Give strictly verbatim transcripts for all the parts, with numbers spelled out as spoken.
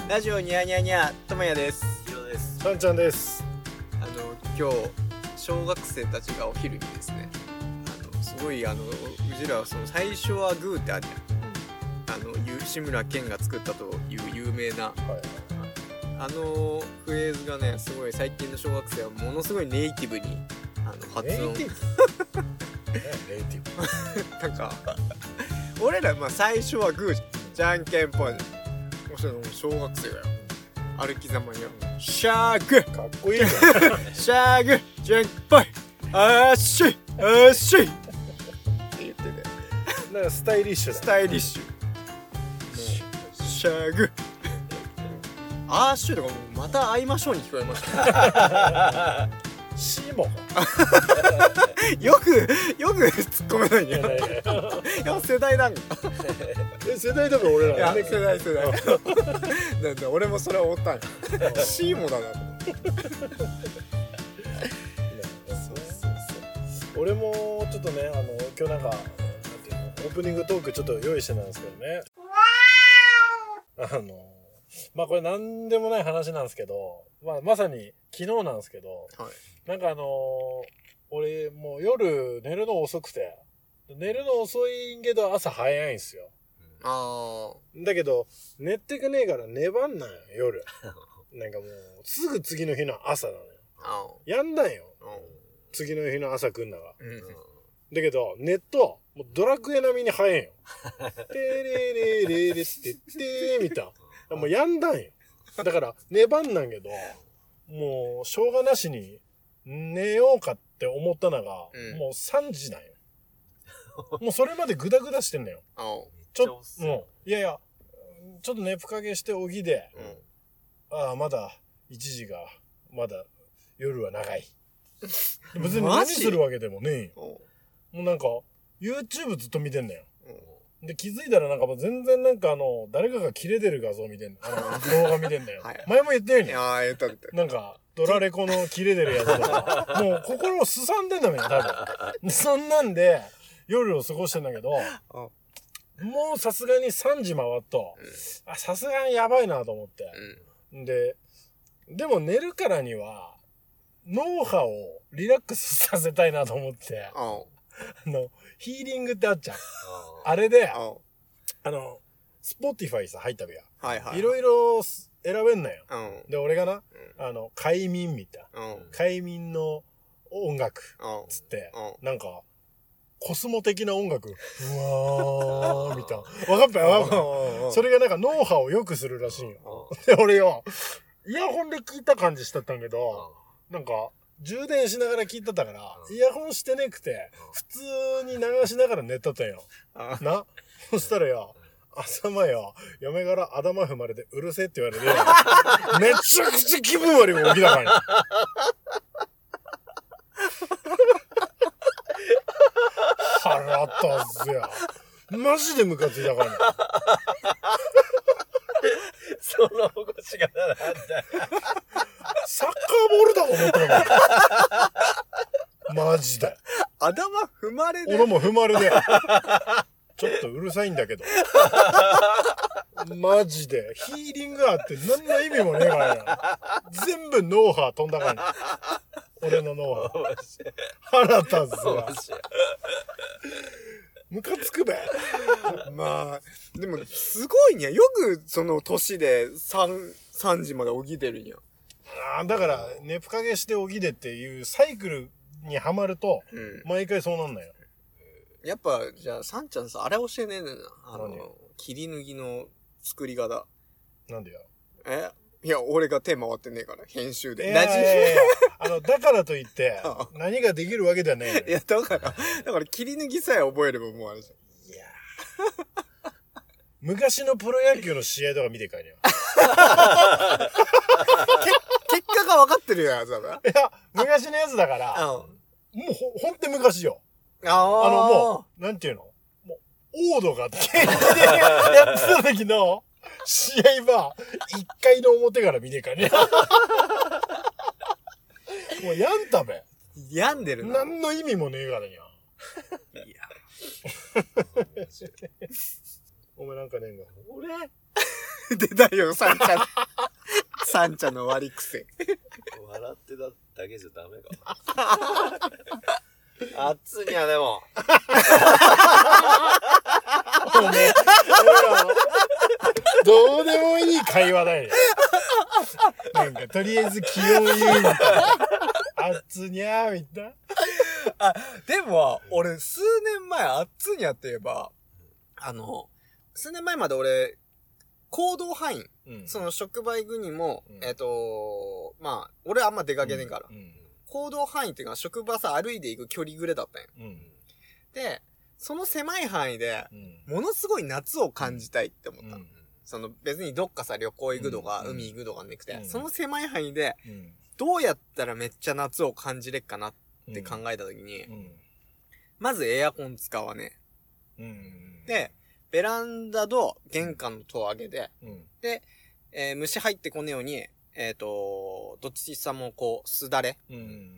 ラジオニャーニャーニャーともやです。 ひろです。 さんちゃんです。 あの今日小学生たちがお昼にですね、あのすごいあのうちらはその最初はグーってあるじゃん、あのゆ志村けんが作ったという有名な、はい、あのフレーズがね、すごい最近の小学生はものすごいネイティブにあの発音ネイティブネイティブなんか俺らまあ最初はグーじゃんけんぽん、小学生だよ。歩きざまにはシャーグかっこいいじゃんシャーグじゃんぽいあーしいあーしいって言ってて、 なんかスタイリッシュだ、 スタイリッシュ、もうシャーグあーしいとかもうまた会いましょうに聞こえましたシーモよくよく突っ込めないんや。いや世代なんかえ世代だから俺ら、 いや世代世代なんだ俺もそれは思ったんやシーモだなと思って俺もちょっとね、あの今日なんかなんていうの、オープニングトークちょっと用意してたんですけどね、あのまあこれなんでもない話なんですけど、まあまさに昨日なんですけど、はい、なんかあのー、俺もう夜寝るの遅くて、寝るの遅いけど朝早いんすよ。ああ。だけど寝てくねえから粘んないよ夜。なんかもうすぐ次の日の朝なのよ。やんないよ。次の日の朝来んだが。うん、だけどネットもうドラクエ並みに早いよ。てれれれれってってみた。もうやんだんよ。だから粘んなんけど、もうしょうがなしに寝ようかって思ったのが、うん、もうさんじなんよ。もうそれまでグダグダしてんのよ。ちょっと、もう、いやいや、ちょっと寝ふかけして起きで、うん、ああ、まだいちじが、まだ夜は長い。別に何するわけでもねえよ。もうなんか、YouTube ずっと見てんのよ。で、気づいたらなんかもう全然なんかあの、誰かが切れてる画像見てんの。あの、動画見てんだよ。はい、前も言ったよね。 ああ、言った言った。 なんか、ドラレコの切れてるやつとか、もう心をすさんでんだもんよ、多分。そんなんで、夜を過ごしてんだけど、もうさすがにさんじ回っと、あ、さすがにやばいなと思って。うん、で、でも寝るからには、脳波をリラックスさせたいなと思って、あの、ヒーリングってあっちゃう。あれで、あの、スポティファイさ入ったべや。はいはい。いろいろ選べんなよ。うん、で、俺がな、うん、あの、快眠みたいな。うん、快眠の音楽。つって、うん、なんか、コスモ的な音楽。うわー、みたいな。わかったわかった。それがなんか脳波を良くするらしいよ。で、俺よ、イヤホンで聞いた感じしとったんけど、なんか、充電しながら聞いてたから、イヤホンしてねくて、普通に流しながら寝とったんよ。な？そしたらよ、朝間よ、嫁から頭踏まれてうるせえって言われて、めちゃくちゃ気分悪いもん起きたからね。腹立つや。マジでムカついたからね。 その起こし方なんだ。 サッカーボールだと思ったのマジで。 頭踏まれで。 俺も踏まれで。ちょっとうるさいんだけど。マジで。ヒーリングあって何の意味もねえからな。全部脳波飛んだからね。俺の脳波。腹立つわ。ムカつくべ。 まあ、でもすごいにゃ。よくその年で3、さんじまで起きてるんや。 ああ、だから、寝ふかけして起きでっていうサイクルにはまると、うん、毎回そうなんだよ。 やっぱ、じゃあ、さんちゃんさ、あれ教えねえねんな。あの、切り脱ぎの作り方。 なんでやえいや、俺が手回ってねえから、編集で。 いやいやいやあの、だからといって、何ができるわけではない、ね。 いや、だから、だから切り脱ぎさえ覚えればもうあれじゃん。いや昔のプロ野球の試合とか見てかいねよ。 結果が分かってるやつだな。 いや、昔のやつだから、もうほ、ほんと昔よ。 ああ。 あの、もう、なんていうのもう、オードが現役でやってた時の試合は、一回の表から見てかね。もうやんたべ。 病んでるな。 何の意味もねえからにゃ。いや。お前なんかねえんか。 俺出たよ、三茶の。三茶の悪い癖。 笑ってただけじゃダメか。あっつにはでも。 もうね、どうでもいい会話だよね。なんか、とりあえず気を言うみたいな。あっつにゃーみたいな。 あ、でも、俺、数年前、あっつにゃって言えば、あの、数年前まで俺、行動範囲、うん、その職場行くにも、うん、えっと、まあ、俺あんま出かけねえから、うんうん、行動範囲っていうか、職場さ、歩いて行く距離ぐらいだったんよ。うん、で、その狭い範囲で、ものすごい夏を感じたいって思った。うん、その別にどっかさ、旅行行くとか、うん、海行くとかなくて、うん、その狭い範囲で、うん、どうやったらめっちゃ夏を感じれっかなって考えたときに、うん、まずエアコン使わねえ。うん、で、ベランダと玄関の戸を開けて、うん、で、えー、虫入ってこねえように、えっと、どっちさもこう、すだれ、うん、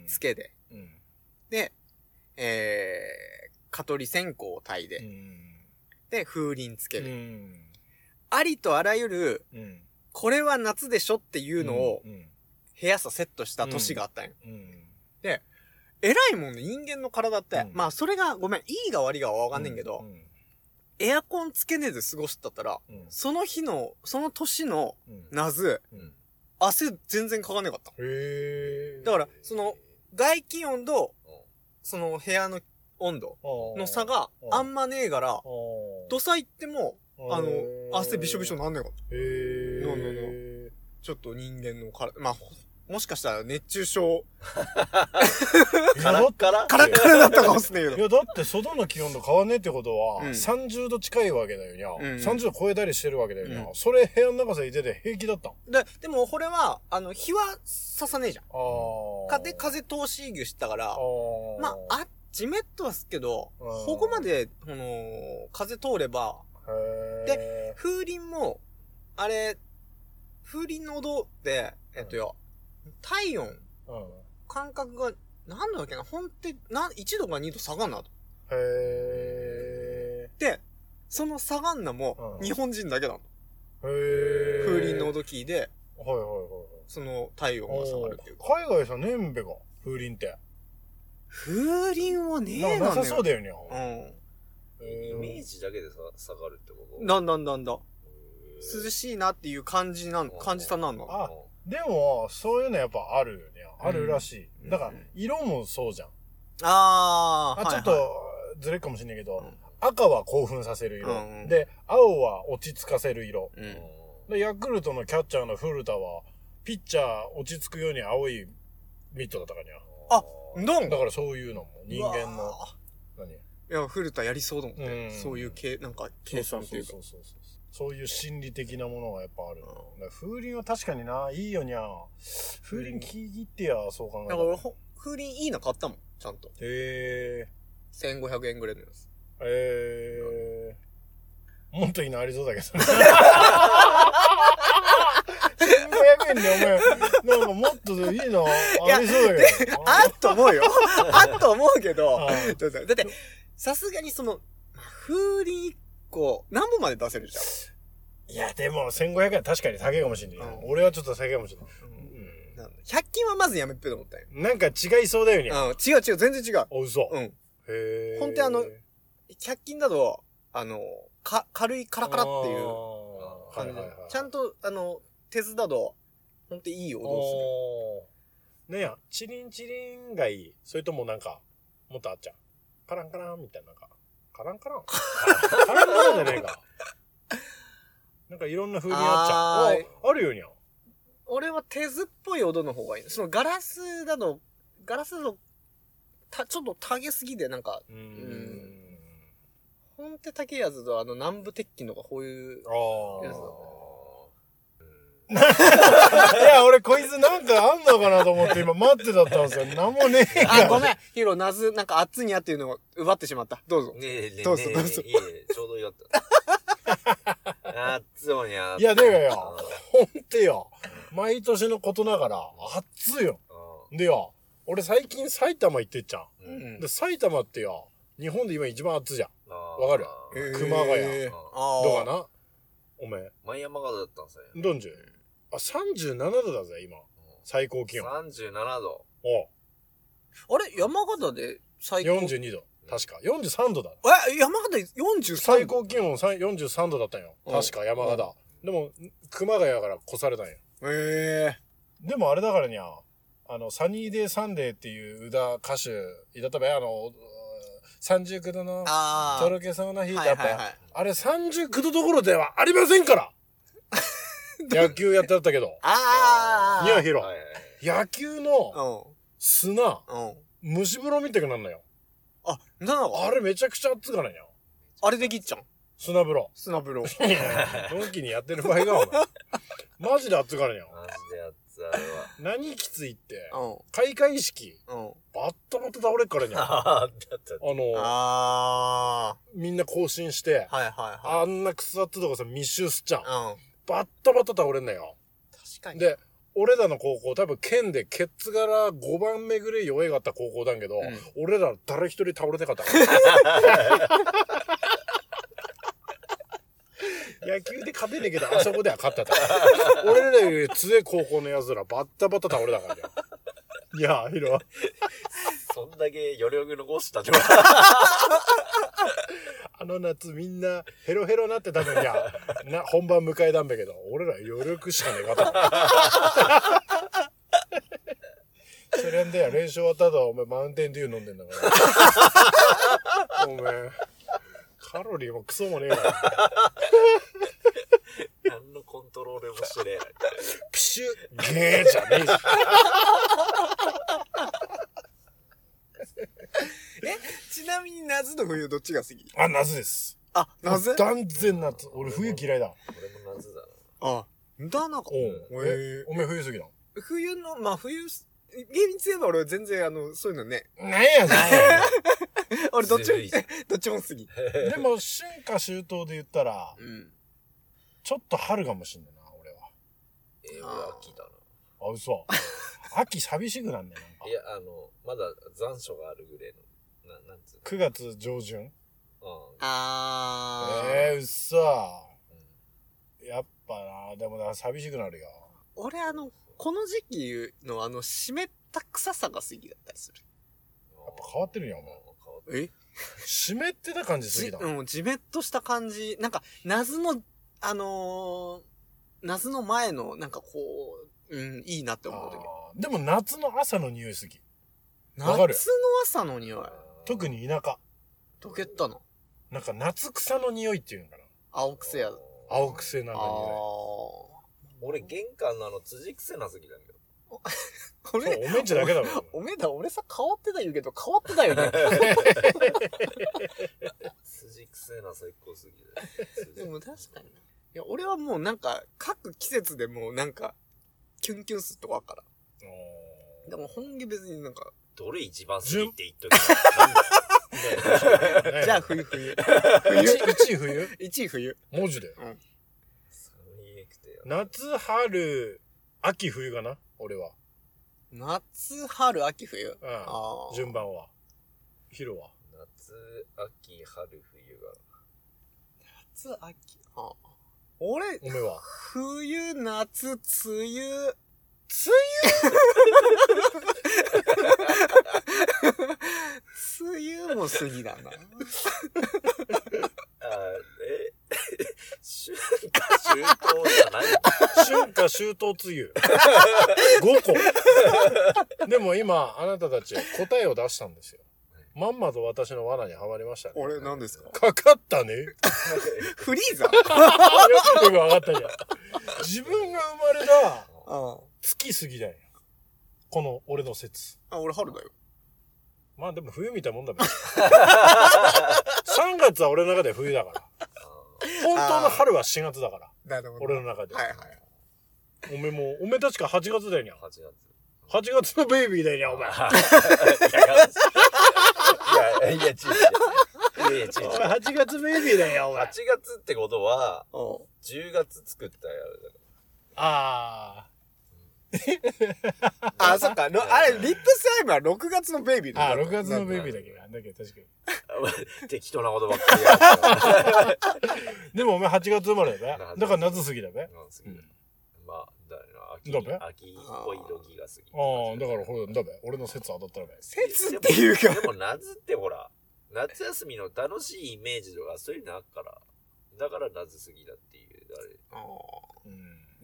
つけで、うん、で、えー、蚊取り線香を焚いて、うん、で、風鈴つける。うん、ありとあらゆる、うん、これは夏でしょっていうのを、部屋さセットした年があったんよ。うんうん、で、偉いもんね、人間の体って、うん、まあそれが、ごめん、いいが悪いがはわかんねんけど、うんうん、エアコンつけねえで過ごしとったら、うん、その日の、その年の夏、うんうん、汗全然かかんねえかった。へー。だから、その、外気温と、その部屋の温度の差があんまねえから、土佐行っても、あの、汗びしょびしょなんねえかった。へー。ののの。ちょっと人間の体、まあ、もしかしたら熱中症。 カラッカラカラッカラだったかもしれないけど。 いや、だって外の気温と変わんねえってことは、うん、さんじゅうど近いわけだよにゃ、うんうん。さんじゅうど超えたりしてるわけだよにゃ、うん。それ部屋の中さいてて平気だったんで、でもこれは、あの、日は刺さねえじゃん。あ風、風通し湯したから、あまあ、あ、じめっとはすっけど、ここまで、この、風通れば、で、風鈴も、あれ、風鈴の音で、えっとよ、体温、うん、感覚が、なんだっけな、ほんって、な、いちどかにど下がんなと。へー。で、その下がんなも、日本人だけなの。へー。風鈴の音聞いて、はいはいはい。その体温が下がるっていうか。 海外さ、ねんべか、風鈴って。 風鈴はねえな、なさそうだよね。うん。 イメージだけでさ下がるってこと？ だんだんだんだん。涼しいなっていう感じなの、感じさなんの。 あ、でも、そういうのやっぱあるよね。あるらしい。うん、だから、色もそうじゃん。ああ、ちょっと、ずれっかもしんないけど、うん、赤は興奮させる色、うんうん。で、青は落ち着かせる色、うん。で、ヤクルトのキャッチャーの古田は、ピッチャー落ち着くように青いミットだったかにゃ。 あ、どんだからそういうのも人間の、何？ いや、古田やりそうだもんね。うん、そういう系、なんか、計算っていうか。そうそうそうそう。 そういう心理的なものがやっぱある。うん、風鈴は確かにな、いいよにゃ。風鈴聞いてや、そう考えたら。 だから風鈴いいの買ったもん、ちゃんと。へー。せんごひゃくえんぐらいのやつ。 へー。もっといいのありそうだけどね。せんごひゃくえんでお前、なんかもっといいのありそうだけど。 あっと思うよ。あっと思うけど。だって、さすがにその、風鈴こう、何本まで出せるじゃん。 いや、でも、せんごひゃくえん確かに高いかもしれない。うん、俺はちょっと高いかもしれない。 うんうん、ひゃく均はまずやめっぺと思ったよ。 なんか違いそうだよね。 うん、違う違う、全然違う。 お、嘘。 うん。へー。ほんとあの、ひゃく均だと、あの、か、軽いカラカラっていう感じで、はいはいはい、ちゃんと、あの、鉄だと、ほんといい音をする。ねや、チリンチリンがいい。それともなんか、もっとあっちゃう。カランカランみたいな、なんか。カランカランカランカランじゃねえか。なんかいろんな風にあっちゃう。あ、あるよにゃ。 俺は鉄っぽい音の方がいい。そのガラスだと、ガラスだと、た、ちょっと高げすぎで、なんか、うーん。うんほんって高いやつと、あの、南部鉄器のがこういうやつだいや、俺こいつなんかあんのかなと思って今待ってだったんですよ。なんもねえあ、ごめん。ヒロ、なず、なんか熱いにゃっていうのを奪ってしまった。どうぞ。 ねえ、ねえ、 どうぞ、どうぞ。 いいえ、ちょうどよかった。熱いにゃ。 いや、でもよ、ほんとよ。毎年のことながら、熱いよ。でよ、俺最近埼玉行ってっちゃん。うん、で、埼玉ってよ、日本で今一番暑いじゃん。わかる熊谷。どうかなおめえ。 前山形だったんですね。 どんじゅうあ、さんじゅうななどだぜ、今。最高気温。 さんじゅうななど。 おあれ山形で最高。 よんじゅうにど。確か。よんじゅうさんどだ。 え、山形よんじゅうさんど最高気温よんじゅうさんどだったんよ。確か、山形。でも、熊谷から越されたんよ。 へえ。 でもあれだからにゃ、あの、サニーデーサンデーっていう歌歌手、いだったべ、あの、さんじゅうきゅうどの、 ああ。 とろけそうな日だった、 はいはいはい、 あれさんじゅうきゅうどどころではありませんから野球やってたけど。 ああ。 いや、ヒロ。 はいはい野球の砂、 うん。うん。 蒸し風呂みたくなんのよ。 あ、なのあれめちゃくちゃ熱かないよ。 あれできっちゃん。 砂風呂。 砂風呂。 いやドンキにやってる場合がお前。マジで熱かないよ。 マジで熱あれは。 何きついって、 うん。 開会式、 うん。 バッタバタ倒れっからにゃ。あああ、だった。 の、 あみんな行進して、 あ。はいはいはあんな草津とかさ、密集すっちゃん。 い。うん。 バッタバタ倒れんなよ。 確かに。 で、俺らの高校、多分県でケツ柄ごばんめぐらい弱いがった高校だんけど、 うん俺ら誰一人倒れなかったから。野球で勝てねえけど、あそこでは勝ったた。俺らより強い高校の奴らバッタバタ倒れたからよ。いや、ヒロ。 そんだけ余力残したじゃん。 あの夏みんなヘロヘロなってたのにゃ、な、本番迎えたんだけど、俺ら余力しかねえかった。それんで、練習終わった後はお前マウンテンデュー飲んでんだから。お前、カロリーもクソもねえから。 何のコントロールもしてねえな。 プシュゲーじゃねえし。 ちなみに夏と冬どっちが好き？ あ、夏です。 あ、夏？ 断然夏。俺冬嫌いだ。 俺も夏だな。 あ、だなんか。 おうえ、お前冬好きだ。 冬の、まあ冬、厳密に言えば俺は全然あの、そういうのね。 なんやね俺どっちもずるいじゃん、 どっちも好き。 ん。でも、春夏秋冬で言ったら、 うん。 ちょっと春かもしんないな、俺は。 えー、俺秋だな。 あ、嘘。秋寂しくなんねなんかい。や、あの、まだ残暑があるぐらいの、な、なんつうの。 くがつ上旬。 うん。 あー。 ええー、うっそうんやっぱな、でもな、寂しくなるよ。 俺あの、この時期のあの、湿った臭さが好きだったりする。 やっぱ変わってるやん、お前。 変わってえ湿ってた感じすぎだ。 うん、じめっとした感じ。なんか、夏の、あのー、夏の前の、なんかこう、うん、いいなって思う時。 あーでも夏の朝の匂い好き。 夏のわかる朝の匂い。 特に田舎。 溶けたの。 なんか夏草の匂いっていうのかな。 青くせや。 青くせなんあか匂ー。 俺、玄関のあの、辻癖な好きだけど。 こい。そうれ、 おめんちだけだろ。 おめえだ、俺さ、変わってた言うけど、変わってたよね。 辻癖な最高すぎる。 でも確かに。いや、俺はもうなんか、各季節でもうなんか、キュンキュンすっとこわからん。でも本気別になんか、 どれ一番好きって言っときなんだよ。 じゃあ冬冬。 冬 ?いち 位冬いちい冬。 文字で。 寒いくてよ。 夏、春、秋、冬かな俺は。 夏、春、秋、冬。 うんあー順番は。ヒロは。 夏、秋、春、冬が。 夏、秋。あー俺、 おめは。 冬、夏、梅雨。梅雨も過ぎだな。 あえ春夏秋冬じゃない春夏秋冬梅雨。ごこ。でも今、あなたたち答えを出したんですよ。まんまと私の罠にはまりましたね。 俺、何ですか？ かかったね。よフリーザくわかったじゃん。自分が生まれたあ月過ぎだよ。この俺の説。 あ、俺春だよ。 まあでも冬みたいなもんだべ。さんがつは俺の中で冬だから。本当の春はしがつだから。 なるほど。 俺の中で。 はいはい。 おめも、おめ確かはちがつだよにゃ。 はちがつ。 はちがつのベイビーだよにゃ、お前。 いや、いや、違う違う。いやいや、違う違う。 お前はちがつベイビーだよ、お前。 はちがつってことは、 おじゅうがつ作ったやつだかああ。 あ、そっか。ろあれ、リップスライムはろくがつのベイビーだあ、 よ。 ろくがつのベイビーだけど、だけど確かに。 適当なことばっかりやる。 でもお前はちがつ生まれだべ。だから夏過ぎだべ。 夏過ぎ。まあ、だよな。秋、 だべ秋っぽい時が過ぎ。 ああ、だからほら、だべ。俺の説当たったらべ。 説っていうか。 でも夏ってほら、夏休みの楽しいイメージとかそういうのあっから、だから夏過ぎだっていう、あれ。 あうん。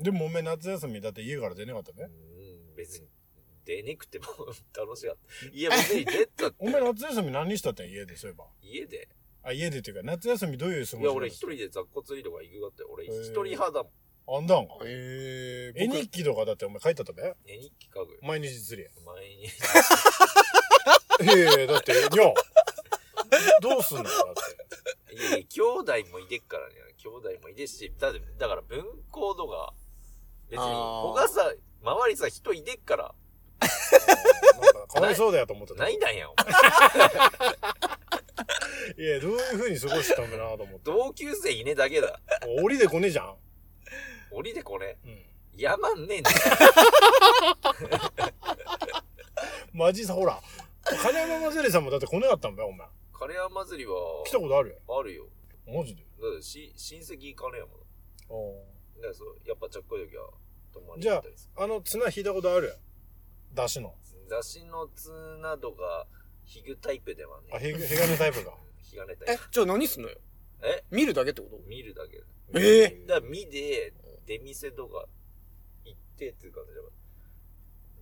でもお前夏休みだって家から出なかったべ。 うん、別に出ねくても楽しかった。いや、別に出たって。 お前夏休み何したってん家で、そういえば。 家であ、家でっていうか、夏休みどういう過ごし方？ いや、俺一人で雑魚釣りとか行くかって、俺一人派だもん。 あんだんか。 あ。へえ。 絵日記とかだってお前書いてあったべ。 絵日記書くよ。 毎日釣りや。 前に。 ええ、だって、いや、どうすんのだって。 いやいや、兄弟もいてっからね。兄弟もいてし、だって、だから文校とか、別に、 あー他さ、周りさ、人いてっから、 なんか、かわいそうだよと思ってた。 ないなんや、お前。 いや、どういう風に過ごしてたんだなと思って。 同級生いねえだけだ。 檻で来ねえじゃん。 降りてこれ。 うん。 山んねえんだよ。 マジさ、ほら。金山祭りさんもだって来ねかったんだよ、お前。 金山祭りは、 来たことあるよ。 あるよ。 マジで。 だってし、親戚金山だ。 おだからそう、やっぱちゃっこい時は、泊まりじゃに行ったりする。 あ、あの、綱引いたことあるよ。出汁の。 雑誌のツなどが、ヒグタイプではね。 あ、ひ、ひがねタイプが。 ヒガネタイプ。、 えじゃあ何すんのよ。 え見るだけってこと？ 見るだけ。 ええだから見で、出店とか行ってっていう感じだから。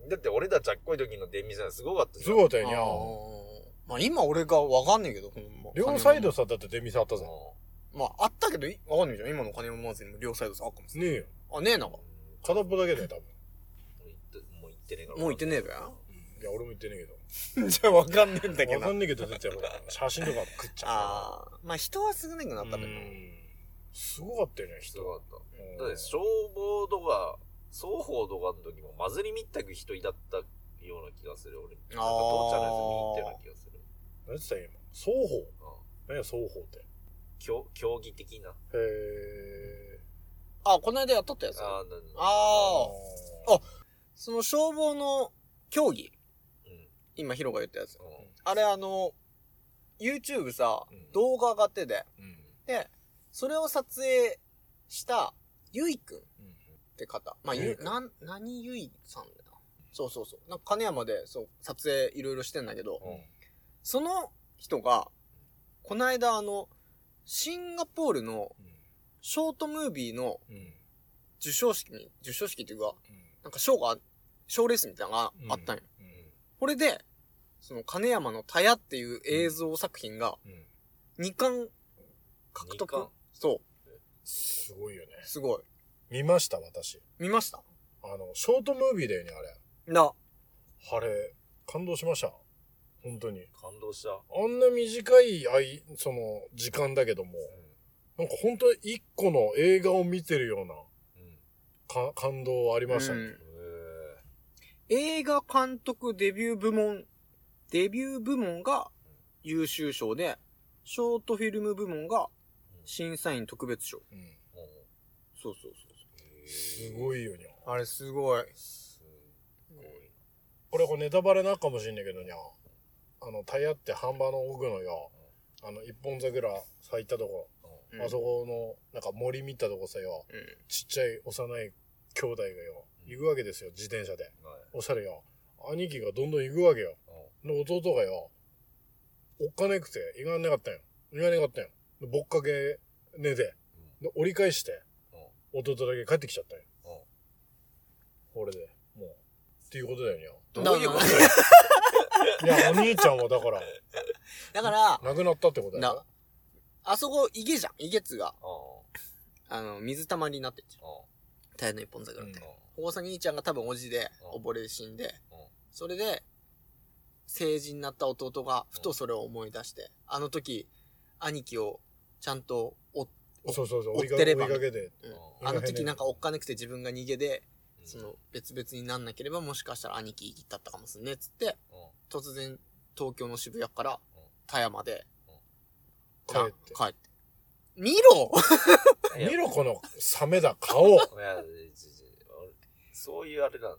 だって俺たちゃっこい時の出店はすごかったじゃん。 すごかったよ、にゃあーまあ今俺がわかんねえけど、ほんま両サイドさ、だって出店あったぜ。 うまああったけど、いわかんねえじゃん。今の金山祭りも両サイドさあっかもしれねえよ。 ない。あ、ねえな。もん。 片っぽだけだよ、多分。 もう行って、もう行ってねえから。 う行ってねえべ。 いや、俺も言ってねえけど。 じゃあわかんねえんだけど。 わかんねえけど、だってほら、写真とか食っちゃう。 ああ。まあ人は少ないくなったけど。 うんすごかったよね、人。 すごかった。 うんだって消防とか、双方とかの時も、まずりみったく人いだったような気がする、俺。なんか父ちゃんのやつ見に行ったような気がする。 何て言ったん今。双方うん。 何や、双方って。 競競技的な。 へえ。 あ、この間やっとったやつ。ああーなんあああその消防の競技。 うん。 今ヒロが言ったやつ。 うん。 あれあの、YouTube さうん、 動画上がってて。 うん。 で、それを撮影した、ゆいくんっうん。 て方。まあ、ゆ、 ゆいくんなん、何ゆいさんだな。そうそうそう。なんか金山で、そう、撮影いろいろしてんだけど、 うん。 その人が、この間あの、シンガポールのショートムービーのうん。うん。 授賞式に、授賞式っていうか、なんか賞が、賞レースみたいなのがあったんよ。 うん。 これで、その金山のタヤっていう映像作品がうん。 にかん獲得二冠。 そう。 すごいよね。 すごい。 見ました、私。 見ましたあの、ショートムービーだよね、あれ。 な。 あれ、感動しました。本当に。 感動した。 あんな短い愛、その、時間だけども、なんか本当に一個の映画を見てるような、 うん。 か、感動ありましたね。 うん映画監督デビュー部門、デビュー部門が優秀賞で、ショートフィルム部門が審査員特別賞。 うん。 そうそうそうすごいよにゃ。 そう。あれすごい。 すごい。 これこれネタバレなかもしんないけどにゃ。あの、タイヤって半端の奥のよ、あの、一本桜咲いたとこ、 うんあそこの、なんか森見たとこさよ、 うん。 ちっちゃい幼い兄弟がよ、行くわけですよ、自転車で。 はい。 おしゃれよ。兄貴がどんどん行くわけよ。で、弟がよ、おっかねくて、行かんねかったんよ。行かねかったんよ。で、ぼっかけ寝で、で、折り返して、弟だけ帰ってきちゃったんよ。これで、もう。っていうことだよにゃ。 どういうこといや、お兄ちゃんはだから、 だから、 亡くなったってことだなよ。、 あそこ、池じゃん。池津が、 ああの、水たまりになってんじゃん。 あ。 タイヤの一本桜ってうん。 大さ兄ちゃんが多分おじでうん溺れて死んで、 うんそれで、成人になった弟がふとそれを思い出して、あの時、兄貴をちゃんと追っ、 そうそうそう、追いか追ってれば追いかけて。 うんあの時なんか追っかねくて自分が逃げで、 うんその別々になんなければもしかしたら兄貴だったかもしんねっつって、 うん突然東京の渋谷からうん田山で、 帰って。 帰って。見ろいや見ろ、このサメだ、顔。 いや、ちち俺そういうあれなんだ。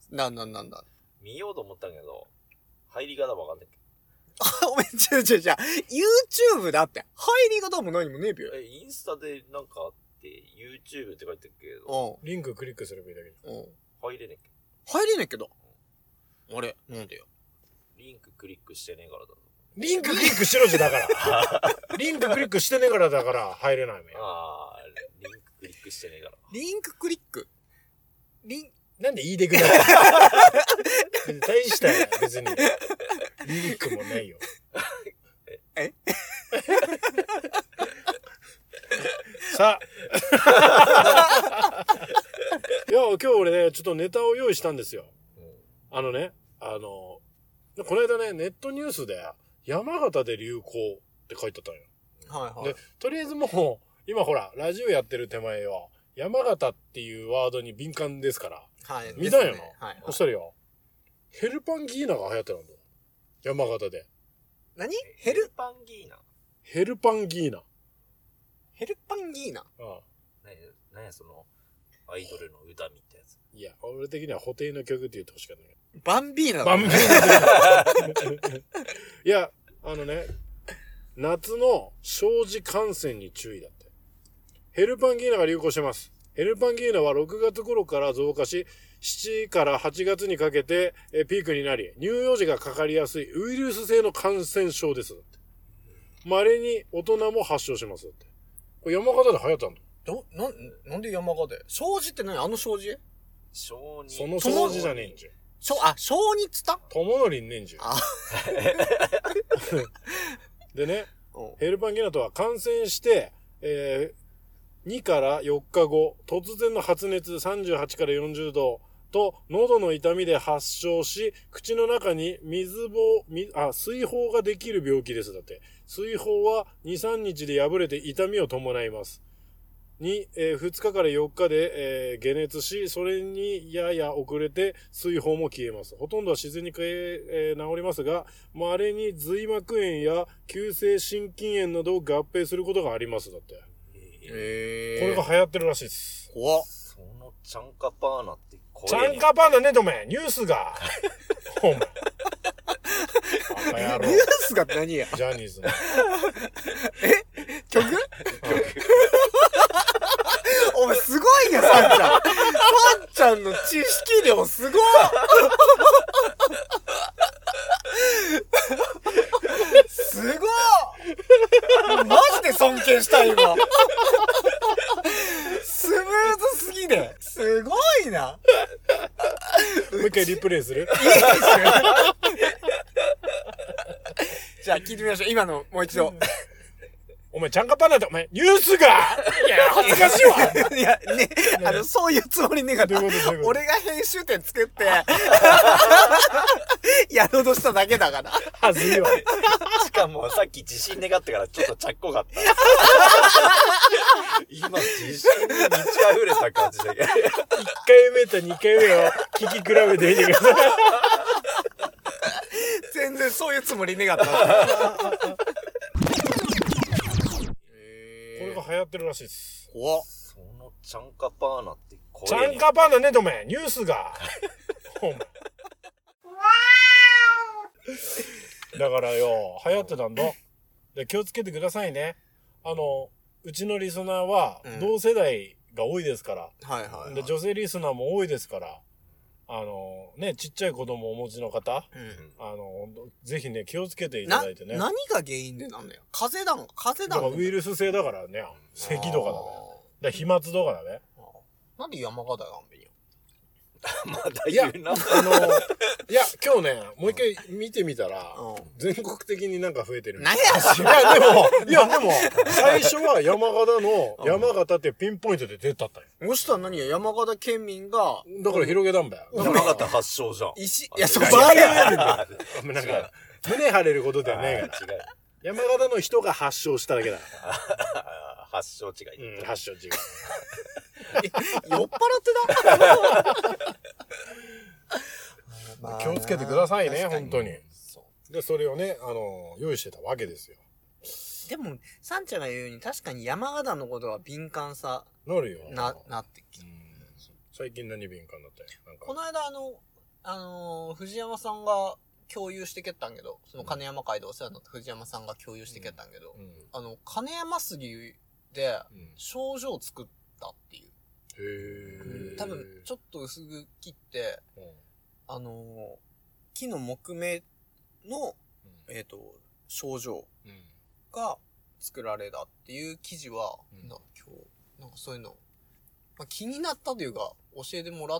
なんなんなんだ。 見ようと思ったけど、入り方わかんないけあ、おめん、ちょちょちょ、YouTube だって。入り方も何もねえびよ。 ど。え、インスタでなんかあって、YouTube って書いてるけど、 うん。 リンククリックすればいいだけうん。 入れねえけ入れねえけど。あれなんでよ。 ど。リンククリックしてねえからだ。 リンククリックしろじゃだから。リンククリックしてねえからだから入れないもん。 ああ、リンククリックしてねえから。 リンククリック。リン、 なんで言いでくなった大した別にリンクもないよ。 えさあ。いや、今日俺ね、ちょっとネタを用意したんですよ。 うん、 あのね、あの、この間ね、ネットニュースで山形で流行って書いてあったのよ。 はいはい。 で、とりあえずもう、今ほら、ラジオやってる手前よ、山形っていうワードに敏感ですから。 はい。 見たんよな。 ね、はい、はい。 そしたらよ、ヘルパンギーナが流行ってたんだよ。山形で。 何ヘルパンギーナ。 ヘルパンギーナ。 ヘルパンギーナ。 ああ。 何や、何やその、アイドルの歌みたいなやつ。 いや、俺的には補填の曲って言ってほしかったね。 バンビーナだ、 バンビーナ。いや、あのね、夏の小児感染に注意だって。ヘルパンギーナが流行してます。ヘルパンギーナはろくがつ頃から増加し、しちからはちがつにかけてえピークになり、乳幼児がかかりやすいウイルス性の感染症です。稀に大人も発症します。ってこれ山形で流行ったんだ。 ど、な、なんで山形で障子って何あの障子小児。 その障子じゃねえんじゃん。 しょ、あ、小児っつった友則んねんじゃん。 あでね、ヘルパンギーナとは感染して、えー、にからよっかご、突然の発熱さんじゅうはちからよんじゅうどと、喉の痛みで発症し、口の中に水棒、みあ、水疱ができる病気です。だって。水疱はに、さんにちで破れて痛みを伴います。に、えー、ふつかからよっかで、えー、解熱し、それにやや遅れて水疱も消えます。ほとんどは自然に、えー、治りますが、稀に髄膜炎や急性心筋炎などを合併することがあります。だって。 へこれが流行ってるらしいです。 怖っ。 そのチャンカパーナって怖チい、ね。 ャンカパーナね、どめ。ニュースが。ほんま。バカ野郎。 ニュースが何やジャニーズの。 え曲曲お前すごいね、さんちゃん。さんちゃんの知識量すごいすごいマジで尊敬した今。スムーズすぎね。すごいな。 もう一回リプレイする？ いいですよ。じゃあ聞いてみましょう。今のもう一度。 お前、チャンカパーナって、お前、ニュースがいや、恥ずかしいわいや、ね、あの、そういうつもりねえかった。 どういうことどういうこと俺が編集点作って、やろうとしただけだから。 はずいわ。 しかもさっき自信願ってからちょっとちゃっこかった。今自信に満ち溢れた感じで。 いっかいめとにかいめを聞き比べてみてください。 全然そういうつもりねえかった。 これが流行ってるらしいです。 怖っ。 そのチャンカパーナって怖チい、ね。 ャンカパーナね、どめ。ニュースが。ほんま。だからよ、流行ってたんだ。で気をつけてくださいね。あの、うちのリスナーは同世代が多いですから。 はいはい、はい。 で女性リスナーも多いですから。あの、ね、ちっちゃい子供をお持ちの方。 うん、 あの、ぜひね、気をつけていただいてね。 な、何が原因でなんだよ。風邪だもん。風邪だもん。 だからウイルス性だからね。咳とかだね。だから飛沫とかだね。 なんで山形なんべんよ。 まだ言うな。 あの、いや、今日ね、もう一回見てみたら、 うん、 全国的になんか増えてる。 何やしいや、でも、いや、でも、最初は山形の、山形ってピンポイントで出たったんよ。 そしたら何や、山形県民が、 だから広げたんだよ。 山形発祥じゃん。 石、いや、そバこーやねんだよ。 違うなんか、胸張れることではねえから。 違う。 山形の人が発症しただけだ。 発祥違い。 うん、発症違う。 酔っ払ってた気をつけてくださいね、本当に。 そで、それをね、あの、用意してたわけですよ。 う。でも、サンちゃんが言うように、確かに山形のことは敏感さ、 なるよ。 な、なってきた。 うん最近何敏感だったよ。なんかこの間あの、 あのー、藤山さんが共有してけったんけど、その金山街でお世話になった藤山さんが共有してけったんけど、 うん、 あの、金山杉で症状を作ったっていう。 へー。 多分、ちょっと薄く切って、うん、あのー、木の木目の、うん、えっと、症状が作られたっていう記事は、うん、な今日、なんかそういうの、まあ、気になったというか、教えてもらって、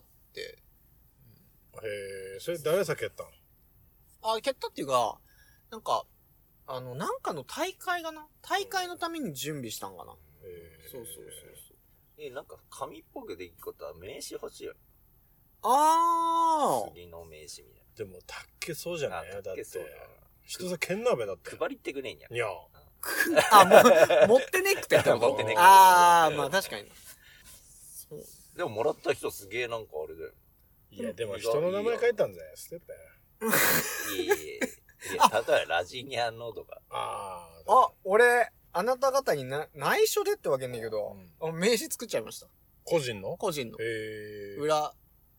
うん、へえ、それ誰さ蹴ったん？ あ、蹴ったっていうか、なんか、あの、なんかの大会がな大会のために準備したんかな。へー。そうそうそうそう。 え、なんか紙っぽくできることは名刺欲しいよ。 あー。 杉の名刺みたいな。 でも、たっけそうじゃないだって。人さ、剣鍋だって。 配りってくれんや。 いや。 あ、もう、持ってねくて持ってねくあー、まあ確かに。 そう。でももらった人すげえなんかあれだよ。 いや、でも人の名前書いたんじゃない捨てたよ。 いやいやいや、例えばラジニャンのとか。 ああ。あ、俺、あなた方にな内緒でってわけんだけど、うん、名刺作っちゃいました。 個人の個人の。 へー。 裏。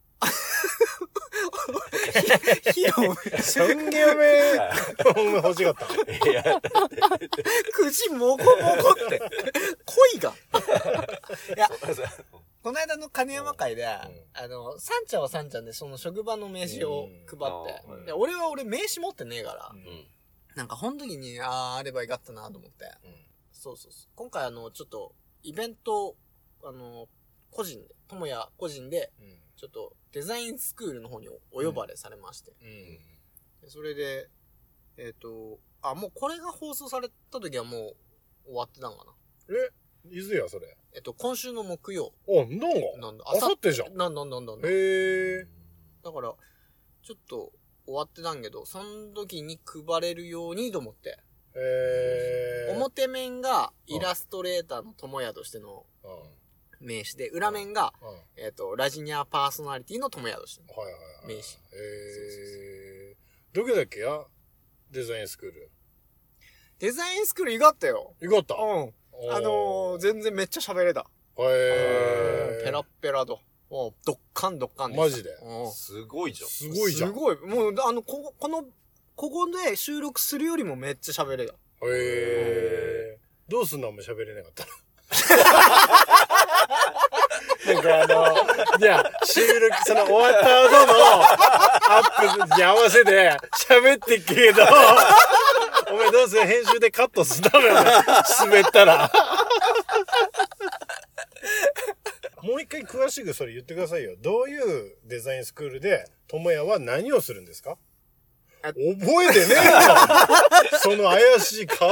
ひろすんげえめ欲しかった。いや、 口もこもこって。恋が。いや、この間の金山会で、うん、あの、サンちゃんはサンちゃんでその職場の名刺を配って、うん、で俺は俺名刺持ってねえから、うん、なんかほん時に、あー、あればよかったなと思って、うん、そうそうそう。今回あの、ちょっと、イベント、あの、個人で、ともや個人で、うん、ちょっとデザインスクールの方にお呼ばれされまして、うんうん、でそれで、えっと、あ、もうこれが放送された時はもう終わってたんかな。 えいずやそれ。 えっと、今週の木曜。 あ、なんがなんだあさってじゃん。 なんなんなんなんへー。 だから、ちょっと終わってたんけど、その時に配れるようにと思って。 へー。 表面がイラストレーターの友也としての名刺で、裏面が、えっと、ラジニアパーソナリティの友也としての名刺。へー。どこだっけやデザインスクール。 デザインスクールいがったよ。 いがったうん。あのー、全然めっちゃ喋れた。 へー。 ペラッペラと。もう、ドッカンドッカンでマジで。 すごいじゃん。 すごいじゃん。 すごい。もう、あの、こ、この、ここで収録するよりもめっちゃ喋れた。 へー。どうすんのお前喋れなかったのなんかあの、じゃあ、収録、その終わった後のアップに合わせて喋ってっけど、お前どうせ編集でカットすんだろよ、滑ったら。もう一回詳しくそれ言ってくださいよ。どういうデザインスクールで、ともやは何をするんですか？覚えてねえよその怪しい顔。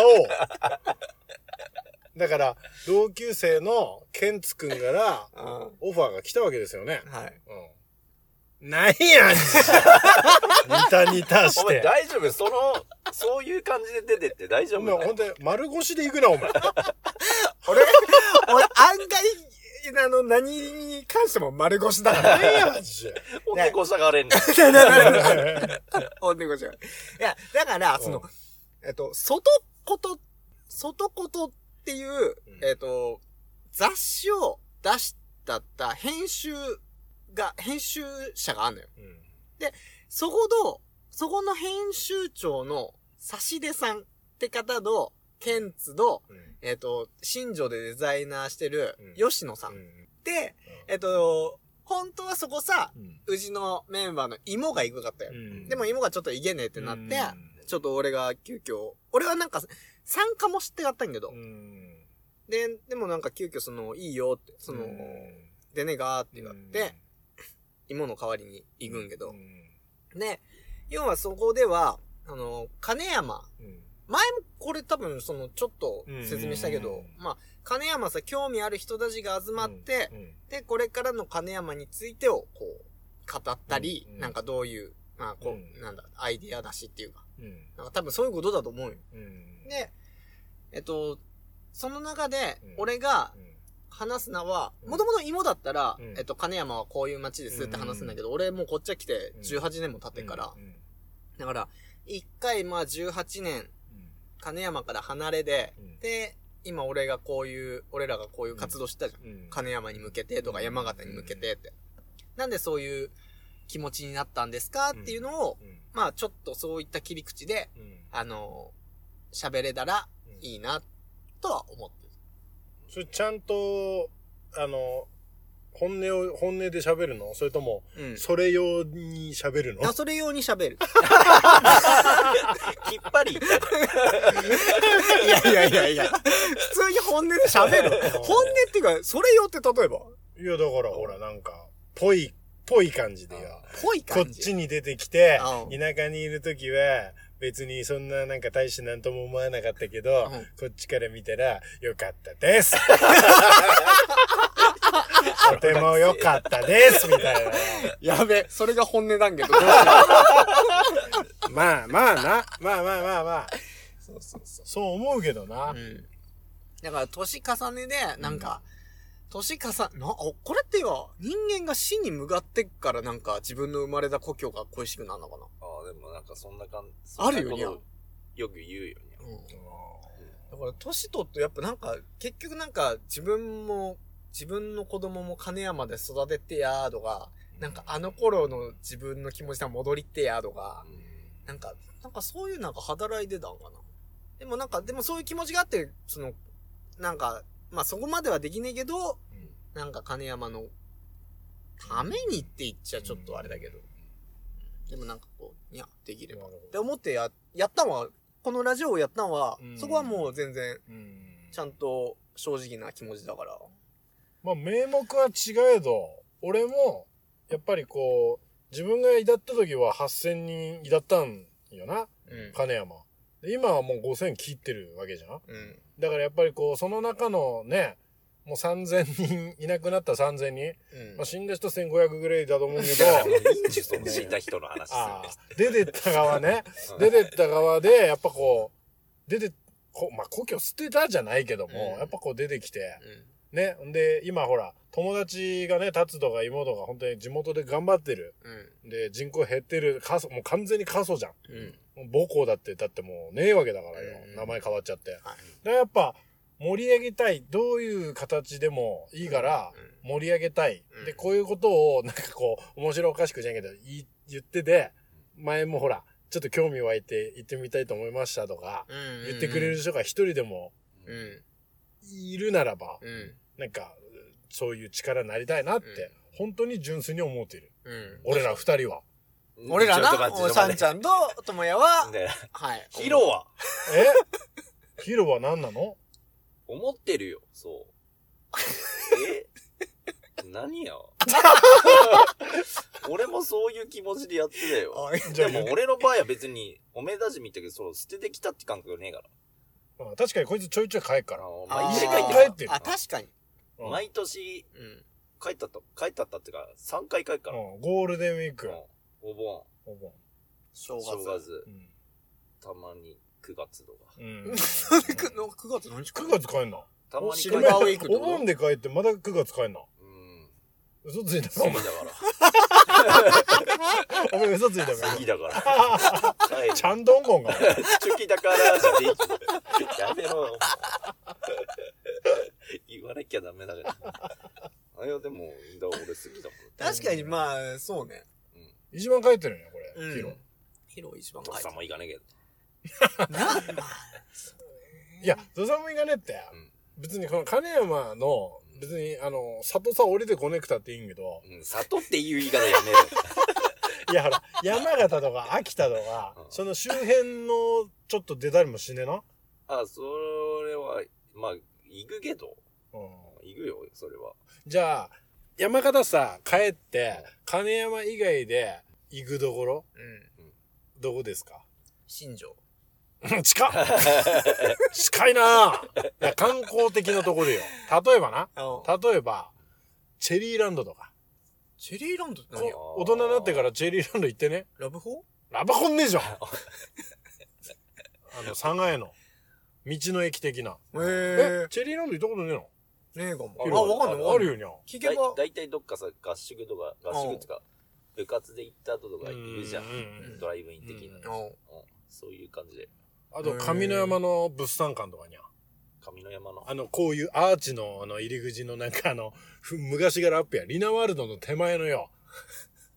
だから、同級生のケンツくんから、オファーが来たわけですよね。 はい。 うん。なんやんじゃ。ニタニタして。 お前大丈夫その、そういう感じで出てって大丈夫？ お前ほんと丸腰で行くな、お前。 俺、俺案外、あの、何に関しても丸腰だから。 なんやんじゃ。 おでこしゃがれんの。 おでこしゃがれん。いや、だから、その、えっと、外こと、外ことっていう、うん、えっと、雑誌を出したった編集が、編集者があるのよ。うん、で、そこの、そこの編集長の差し出さんって方の、ケンツの、うん、えっと、新庄でデザイナーしてる、吉野さん。うん、で、うん、えっと、本当はそこさ、うん、うちのメンバーの芋が行くかったよ。うん、でも芋がちょっと行けねえってなって、うん、ちょっと俺が急遽、俺はなんか参加もしてやったんけど、うん、で、でもなんか急遽その、いいよって、その、うん、でねがーって言って、うん、芋の代わりに行くんけど、うん、で、要はそこでは、あの、金山、うん前もこれ多分そのちょっと説明したけど、まあ、金山さ、興味ある人たちが集まって、うんうん、で、これからの金山についてをこう、語ったり、うんうん、なんかどういう、まあ、こう、うん、なんだ、アイディア出しっていうか、うん、なんか多分そういうことだと思うよ。うん、で、えっと、その中で、俺が話すのは、もともと芋だったら、うん、えっと、金山はこういう街ですって話すんだけど、うん、俺もうこっちは来てじゅうはちねんも経ってから、うんうん、だから、一回まあじゅうはちねん、金山から離れで、うん、で、今俺がこういう、俺らがこういう活動してたじゃん。うん、金山に向けてとか山形に向けてって。うん、なんでそういう気持ちになったんですかっていうのを、 うん、 まあちょっとそういった切り口で、うん、あの、喋れたらいいな、とは思ってる。 それちゃんと、あの、本音を、本音で喋るの？それとも、うん、それ用に喋るの？ あ、それ用に喋る。 きっぱり。いやいやいやいや、普通に本音で喋る。本音っていうか、それ用って例えば？ いや、だからほら、なんか、ぽい、ぽい感じでよ。 ぽい感じこっちに出てきて、田舎にいるときは、別にそんななんか大してなんとも思わなかったけど、うん、こっちから見たら、よかったです。とても良かったです、みたいな。 やべ、それが本音なんけど。 まあまあな。まあまあまあまあ。 そうそうそう。 そう思うけどな。 うん。だから、年重ねで、なんか、年重ね、な、これってよ、人間が死に向かってっからなんか自分の生まれた故郷が恋しくなるのかな。 ああ、でもなんかそんな感じ。 あるよにゃ。 よく言うよにゃ。うん。 だから、年取ってやっぱなんか、結局なんか自分も、自分の子供も金山で育ててやーとか、なんかあの頃の自分の気持ちが戻りってやーとか、なんか、なんかそういうなんか働いてたんかな。でもなんか、でもそういう気持ちがあって、その、なんか、まあそこまではできねえけど、なんか金山のためにって言っちゃちょっとあれだけど、でもなんかこう、いや、できれば。って思ってや、やったのは、このラジオをやったのは、そこはもう全然、ちゃんと正直な気持ちだから。 まあ名目は違えど、俺も、やっぱりこう、自分がいだった時ははっせんにんいだったんよな、うん、金山。で今はもうごせん切ってるわけじゃん、うん、だからやっぱりこう、その中のね、もうさんぜんにんいなくなったさんぜんにん、うん、まあ死んだ人せんごひゃくぐらいだと思うけど、 死んだ人の話あ出てった側ね、出てった側で、やっぱこう、出て、こまあ故郷捨てたじゃないけども、うん、やっぱこう出てきて、うん、ね、んで、今ほら、友達がね、達とか妹が本当に地元で頑張ってる。うん、で、人口減ってる、過疎、もう完全に過疎じゃん。うん、母校だって、だってもうねえわけだからよ。うん、名前変わっちゃって。はい、だからやっぱ、盛り上げたい。どういう形でもいいから盛り上げたい。うん、で、こういうことをなんかこう、面白おかしくじゃんけど、言言ってて、前もほら、ちょっと興味湧いて行ってみたいと思いましたとか、言ってくれる人が一人でもいるならば、うん、なんか、そういう力になりたいなって、うん、本当に純粋に思っている。うん、俺ら二人は。 俺らな、おさんちゃんとともやは、 ね、はい。ヒロはえヒロは何なの？ 思ってるよ、そう。え何や俺もそういう気持ちでやってたよ。でも俺の場合は別に、おめだじみたけど、そう、捨ててきたって感覚ねえから。 ああ確かにこいつちょいちょい帰るから。 毎年帰ってる。 あ、確かに。 毎年、うん、帰ったと、帰ったったってか、さんかい帰るから。 うん、ゴールデンウィーク。うん、 お盆。 お盆。 正月。 正月。うん、たまにくがつとか。 うん。くがつ何日くがつ帰んの？ たまにシルバーウィークとか。 お盆で帰ってまだくがつ帰んの？うん。嘘ついたか？好きだから。 お前嘘ついたか？ 好きだから。 ちゃんとんこんが。 チュキだからじゃできやめろよ。言わなきゃダメだから。あいやでも、だ俺好きだもん。 確かにまあ、そうね。 うん、一番帰ってるよ、これ。うん、ヒロ。 ヒロ一番帰ってる。 父さんも行かねえけど。 な、まあ。 いや、父さんも行かねえって。うん、別にこの金山の、別にあの、里さ降りてこねくたっていいんけど。 うん、里っていう言い方やめろ。 いやほら、山形とか秋田とか、うん、その周辺のちょっと出たりもしねえな。 あ、それは、まあ、行くけど。うん。行くよ、それは。 じゃあ、山形さ、帰って、金山以外で行くところ、うん。どこですか？ 新庄。 近っ近いなぁ。いや、観光的なところよ。例えばな。例えば、チェリーランドとか。 チェリーランドって何や？ 大人になってからチェリーランド行ってね。 ラブホ？ ラブホんねえじゃん。あの、佐賀への、道の駅的な。 へー。 え、チェリーランド行ったことねえの？ ねえかも。 あ、わかんない。あるよにゃ。 聞けば。だいたいどっかさ、合宿とか、合宿とか、部活で行った後とかいるじゃん。ドライブイン的な。そういう感じで。 あと、上山の物産館とかにゃ。 上山のあの、こういうアーチの、あの、入り口のなんかあの、昔からアップや、リナワールドの手前のよ。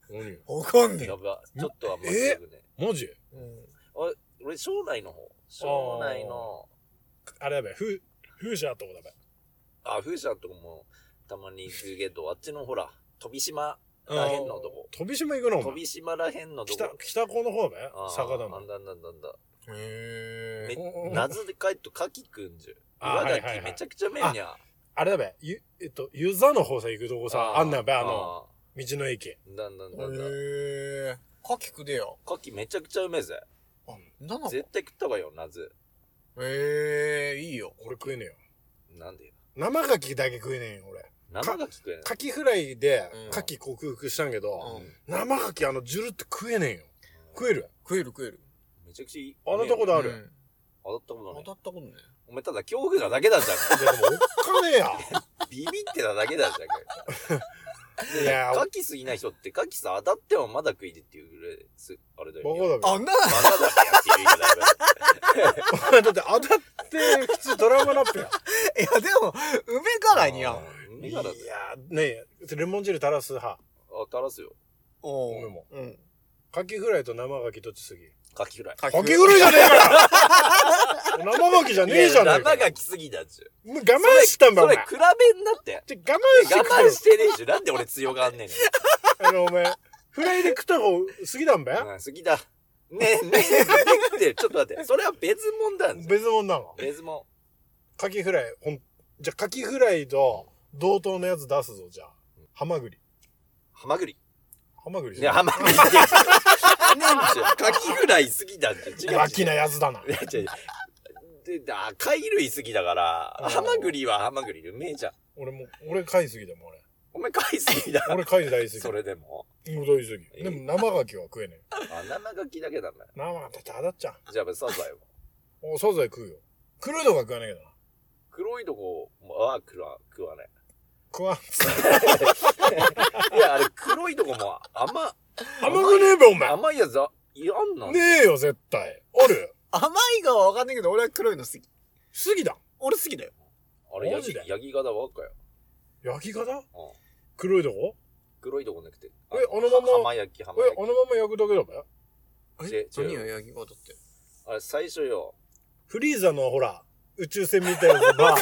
何よ。 わかんねえ。 やば。ちょっとは間違くね。 マジうん。 俺、俺、庄内の方。庄内の、 あれやべ、ふ、風車ってことだべ。 あ、風車のとこもたまに行くけど、あっちのほら、飛島らへんのとこ。 飛島行くのお前飛島らへんのとこ。 北、北高の方べ坂田の。 なんだなんだなんだ。 へめ、謎で帰っと牡蠣食うんじゃ。 あ岩牡蠣めちゃくちゃめんにゃ。 あれだべ、ゆ、えっと、湯沢の方さ行くとこさ、あんなんべ、あの、道の駅。 だんだんだんだん。 へえ。牡蠣食でよ。 牡蠣めちゃくちゃうめえぜ。 なんだ絶対食ったわよ、夏。 へえ、いいよ。 俺食えねえよ。 なんでよ。 生牡蠣だけ食えねえよ、俺。 生牡蠣食えない。 牡蠣フライでうん牡蠣克服したんけど、 うん生牡蠣あのジュルって食えねえよ。食える食える食える。 めちゃくちゃいい。 あのとこである。 うん当たったことない。 当たったことね。 お前ただ恐怖なだけだじゃん。 いやでもおっかねえや。 ビビってただけだじゃん。 いや牡蠣好きな人って牡蠣さ当たってもまだ食いでっていうぐらいす、あれだよ。 バカだべ。 あんな、 バカだけやっていう言い方だだって当たって普通ドラマラップや。 いやでも、梅辛にや。 梅からだよ。 いやねえ、レモン汁垂らす派。 あ、垂らすよ。 お俺も。 うん。 牡蠣フライと生牡蠣どっち好き？ 牡蠣フライ。 牡牡蠣フライじゃねえから生牡蠣じゃねえじゃねえか。 生牡蠣すぎだっちゅう。 もう我慢したんだお前。 それ比べんなって。 ちょ我慢して我食う慢してねえし、なんで俺強がんねん。 あのお前、フライで食った方好きなんべ？ うん、好きだ。ねえ、ねえ、ねえって、ちょっと待って。それは別物だん別物なの。 別物。 牡蠣フライ、ほん、じゃあ牡蠣フライと同等のやつ出すぞ、じゃあ。ハマグリ。 ハマグリ。 ハマグリいや、ハマグリって。ねえんちゅう。牡蠣フライ好きだって。違う。 脇なやつだな。 いや、違う。で、だ、貝類好きだから、ハマグリはハマグリうめえじゃん。 俺も、俺貝好きだもん、俺。 お前貝好きだ。 俺貝大好き。 それでも。 もう大好き。でも生牡蠣は食えねえ。 あ、生牡蠣だけだね。 生牡蠣だって当たっちゃじゃあ、サザエは。 う。お、サザエ食うよ。黒いとこは食わないけどな。 黒いとこは食わ、食わない。 食わん。 いや、あれ、黒いとこも甘、 甘くねえべ、お前。 甘いやつあ、やんのねえよ、絶対。ある。 甘いがわかんないけど、俺は黒いの好き。 好きだ。 俺好きだよ。 あれ、ヤギマジで、 ヤギ型ばっかよ。 焼き方うん。 黒いとこ黒いとこなくて。 えあのまま浜焼き、浜え、 焼き。 あのまま焼くだけだべえ違う何よ、焼き方って。 あれ、最初よ。 フリーザのほら、宇宙船みたいなやつが、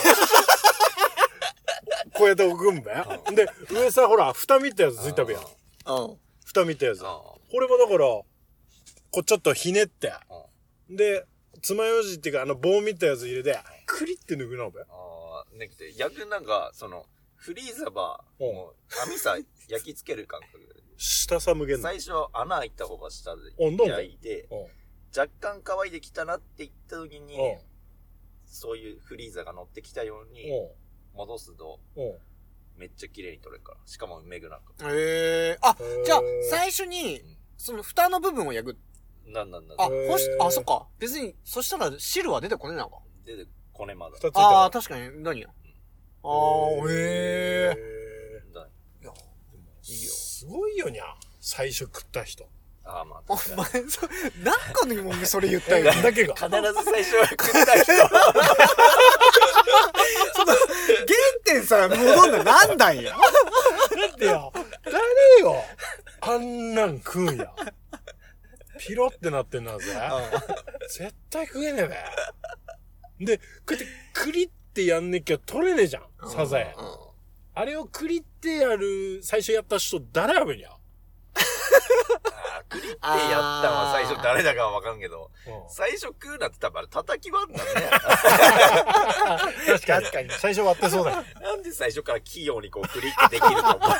こうやって置くんべで、上さ、ほら、蓋みたいなやつついたべやん。 うん。 蓋みたいなやつ。 あこれもだから、こうちょっとひねって、 あ。 で、爪楊枝っていうか、あの棒みたいなやつ入れて、クリって抜くなべ。 ああ、ねくて、逆になんか、その、フリーザは、 うんもう、網さ、焼き付ける感覚で。 下さむげんの。 最初、穴開いた方が下でおんどん焼いて、 うん。 若干乾いてきたなって言った時に、 うん。 そういうフリーザが乗ってきたように、戻すと、 うん。 めっちゃ綺麗に取れるから。しかも、メグなんか。 へえ。あへー、 じゃあ、最初に、その蓋の部分を焼く。 なんなんなんあ、 へーほし、あ、そっか。別に、そしたら汁は出てこねえなのか。 で、こねまだ。 二つついたああ、 か確かに、何や。あら。 あ、へえ。 え。 だいや、 いいよ。すごいよにゃ。最初食った人。 ああ、まあ、 お確か前、そ、何かの時もそれ言ったよ。 だけが。 に必ず最初は食った人。 原点さ、戻んだ、なんだんや。 だってよ、誰よ、あんなん食うんや。ピロってなってんなぜ。絶対食えねえべ。で、こうやってクリってやんねきゃ取れねえじゃん、サザエ。あれをクリってやる、最初やった人誰やべんや。 ああ、クリってやったのは最初誰だかはわかんけど、 うん最初食うなって言ったら叩き割ったね。 確かに。確かに。最初割ってそうだよ。 なんで最初から器用にこうクリってできると思う。 あ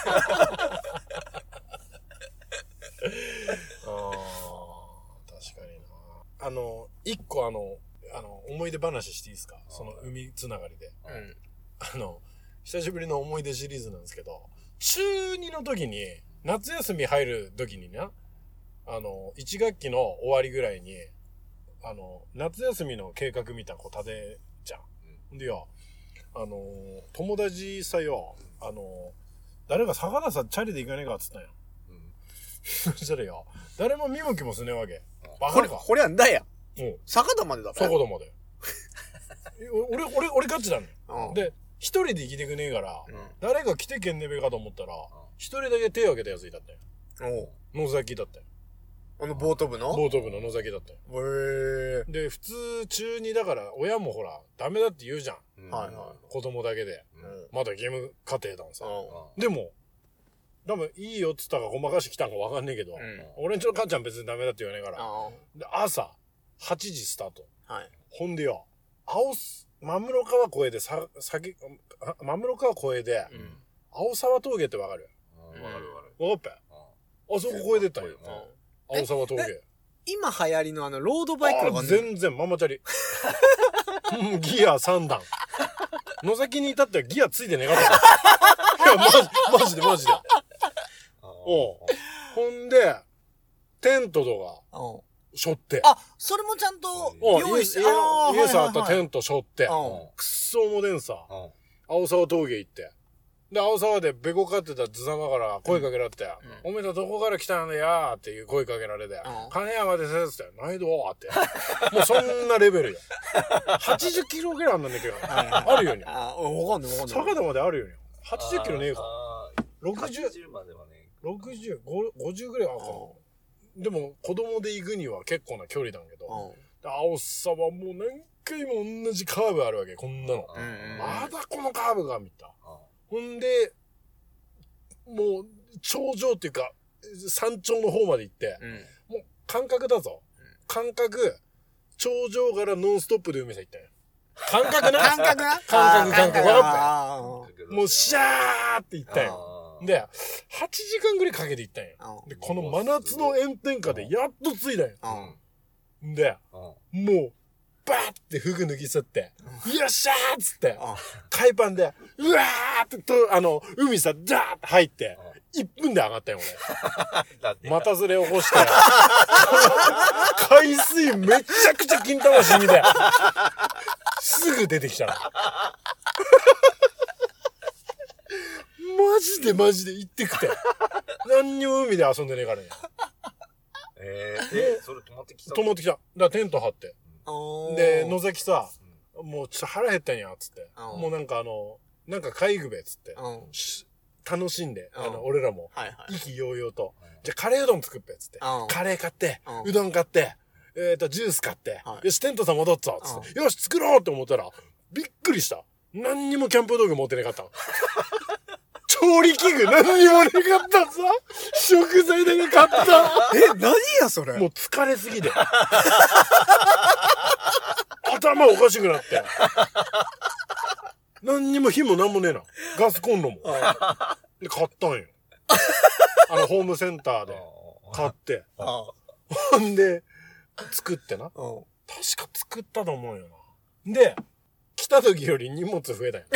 あ、確かにな。あの、一個あの、あの、思い出話していいですか？その海つながりで。 うん。 あの、久しぶりの思い出シリーズなんですけど、中にの時に、夏休み入る時にな、あの、一学期の終わりぐらいに、あの、夏休みの計画みたいなのこう立てじゃん。んでよ、あの、友達さよ、あの、誰か坂田さんチャリで行かねえかっつったんや。そしたらよ、誰も見向きもすねえわけ。バこれ、 カか。 これはんだや。 うん。 坂田までだべ。 そこどまで。俺、俺、俺勝ちだね。 うん。 で、一人で生きてくねえから、 うん。 誰か来てけんねべかと思ったら、一人だけ手を挙げたやついたんだよ。 お野崎だったよ。 あのボート部のボート部の野崎だったよ。 へえ。 で、普通中にだから親もほら、ダメだって言うじゃん。 うんはいは子供だけで。 うんまだ義務家庭だもんさ。 うでも、多分いいよっつったかごまかしてきたんかわかんねえけど、 ん。うん。 俺んちの母ちゃん別にダメだって言わねえから。 あで朝、はちじスタート。 あ。はい。 ほんでよ、青す、真室川越えでさ、先、あ真室川越えで、 うん。 青沢峠ってわかる？ うんわかるわかる。 わかっぺ？あそこ越えてったんよ。 うん青沢峠。 今流行りのあの、ロードバイクとかあ全然ママチャリ。うんギアさんだん。野崎に至ってはギアついてねえかった。いや、マジ、マジでマジで。おうほんで、テントとか、 うん。 背負って。 あ、それもちゃんとおう用意して、 家あー家さあったテンント背負って、 ト。 くっそ重でんさ、 うん青沢峠行って。で、青沢でベコ飼ってたズザマから声かけられて、おめえらどこから来たんだよーっていう声かけられて、 うん金山ですって、ないどーって。もうそんなレベルよ。はちじゅっキロぐらいあんなんだけど、あるよね。 あー、うんわかんないわかんない。 坂田まであるよね。はちじゅっキロねえか。 あーろくじゅう、 はちじゅうまではね。 ろくじゅう、ごじゅうぐらいあるかな。でも子供で行くには結構な距離だけど、 うん。 青さはもう何回も同じカーブあるわけ、こんなの。 うんうんまだこのカーブが、みたいな。 あほんで、もう、頂上っていうか、山頂の方まで行って、 うん。 もう感覚だぞ。感覚、頂上からノンストップで海さ行ったよ。感覚な感覚な感覚感覚わかあーもうシャーって行ったよ。 あーで、はちじかんぐらいかけて行ったんよ。 ーで、この真夏の炎天下でやっと着いたんよ。 うん。 で、 うんもう、バーって服脱ぎ去って、よっしゃーっつって、 あ海パンで、うわーってと、あの、海さ、ダーって入って、いっぷんで上がったよ、 だって俺。またずれ起こして、海水めちゃくちゃ金玉染みで、すぐ出てきたの。マジでマジで行ってくて。何にも海で遊んでねえからね。 えー、で、それ止まってきた泊まってきた。だからテント張って。 おーで、野崎さ、もうちょっと腹減ったんや、つって。 うんもうなんかあの、なんか買いぐべ、つって。 うん。 し楽しんで、あうんの、俺らも、 はいはい。 意気揚々と。じゃあカレーうどん作っぺ、つってうん。 カレー買ってう、んうどん買って、えっと、ジュース買っては、いよし、テントさん戻っぞ、つって。よし、作ろうって思ったら、びっくりした。何にもキャンプ道具持ってなかったの。調理器具何にもなかったさ。食材だけ買った。 え、何やそれもう疲れすぎて。頭おかしくなって。何にも火も何もねえな。ガスコンロも。で、買ったんよ。あの、ホームセンターで買って。 あほんで、作ってな。 あ。うん。 確か作ったと思うよな。で、来た時より荷物増えたよ。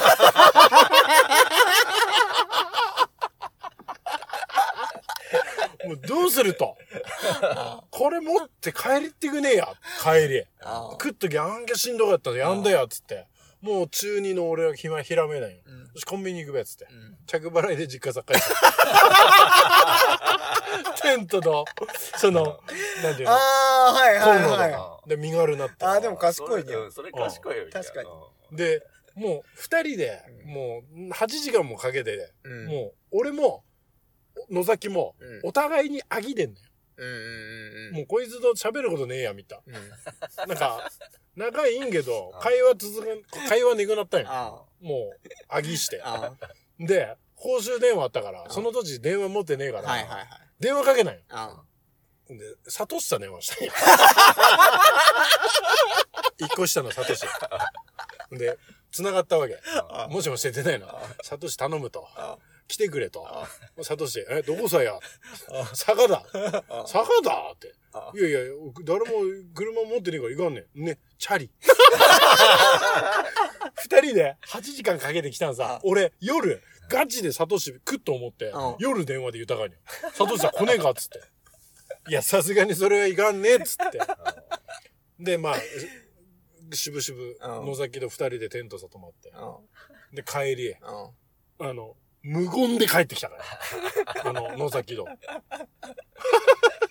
もうどうすると。これ持って帰りってくねえや。帰り。 あ食っときあんけしんどかったでやんだよ、つって。もう中二の俺は暇ひらめないよ。 うんよし、コンビニ行くべ、つって。 ん着払いで実家さっ帰った。テントと、その、なんていうの、 ああ、はいコンロとはいはい。 か。で、身軽になって。 あーでも賢いねそれうんそれ賢いよ。 確かにで、もう二人で、もうはちじかんもかけて、 うんもう俺も、野崎もうん、 お互いにあぎでんのよ。 うんうんうんもうこいつと喋ることねえや、みたいうん。うん。 な。なんか、仲いいんけど、会話続け、会話ねくなったんよ。 あもう、あぎして。 あ。あで、公衆電話あったから、その時電話持ってねえかあ。 ら、 はいはいはい。 電話かけないよ。 あで、サトシさん電話したんよ。一個下のサトシ。で、繋がったわけ。もしもして出ないな。サトシ頼むと。 あ。 来てくれと。サトシ、え、どこさや坂だ。坂だって。いやいや、誰も車持ってねえから行かんねん。ね、チャリ。二人ではちじかんかけてきたんさ。俺、夜、ガチでサトシ食っと思ってうん、 夜電話で豊かに。サトシさん来ねえかっつって。いや、さすがにそれはいかんねえっつって。で、まあ、しぶしぶ、 うん野崎と二人でテントさ泊まって。 あ。 で、帰り、 ああの、無言で帰ってきたから。あの、野崎と。 確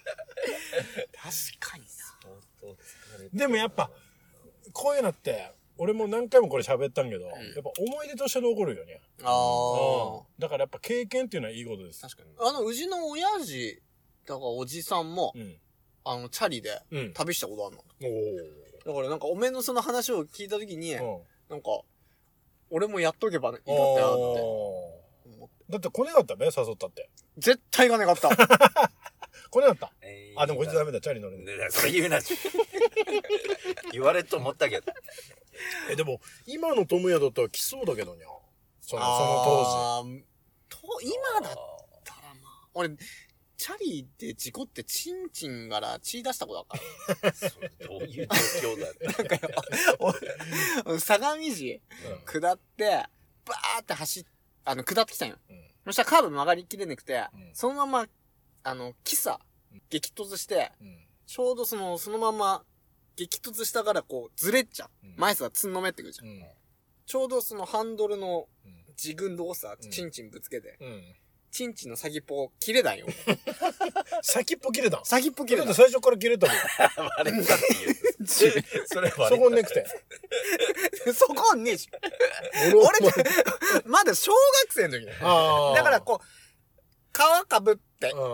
かにでもやっぱ、こういうのって、 俺も何回もこれ喋ったんけど、 んやっぱ思い出として残るよね。 ああ、 うんだからやっぱ経験っていうのはいいことです。 確かに。あの、うちの親父、だからおじさんも、 うん。 あの、チャリでうん。 旅したことあるの。 おだからなんか、おめえのその話を聞いたときに、 お。 なんか、俺もやっとけばいいかったなってお思って。 だって来ねかったべ、誘ったって。 絶対行かなかった。 来ねかった。 えーあ、でもこいつダメだ、チャリ乗れんね。 ねそれ言うな。言われると思ったけど。 え、でも、今のトムヤだったら来そうだけどにゃ。その、そのあーと、今だったらまあ、俺、チャリで事故ってチンチンから血出したことあるから。 それどういう状況だよ。 なんかよ、俺、相模路当時。 下って、バーって走っ、あの、下ってきたんよ。 うん。 そしたらカーブ曲がりきれなくて、 うんそのまま、あの、キサ、激突して、 うん。 ちょうどその、そのまま、激突したからこう、ずれっちゃう。 うん前さ、つんのめってくるじゃん。 うん。 ちょうどそのハンドルのうん。 自軍動さ、 うんチンチンぶつけて、 うん。 チンチンの先っぽ切れたんよ。 先っぽ切れたん。 先っぽ切れただって。最初から切れたもん。 あれだって言う。それはそこねくて。 そこねえし。 俺俺、まだ小学生の時だよ。 ああ。 だからこう、皮かぶって、 うん。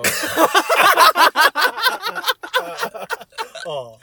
あ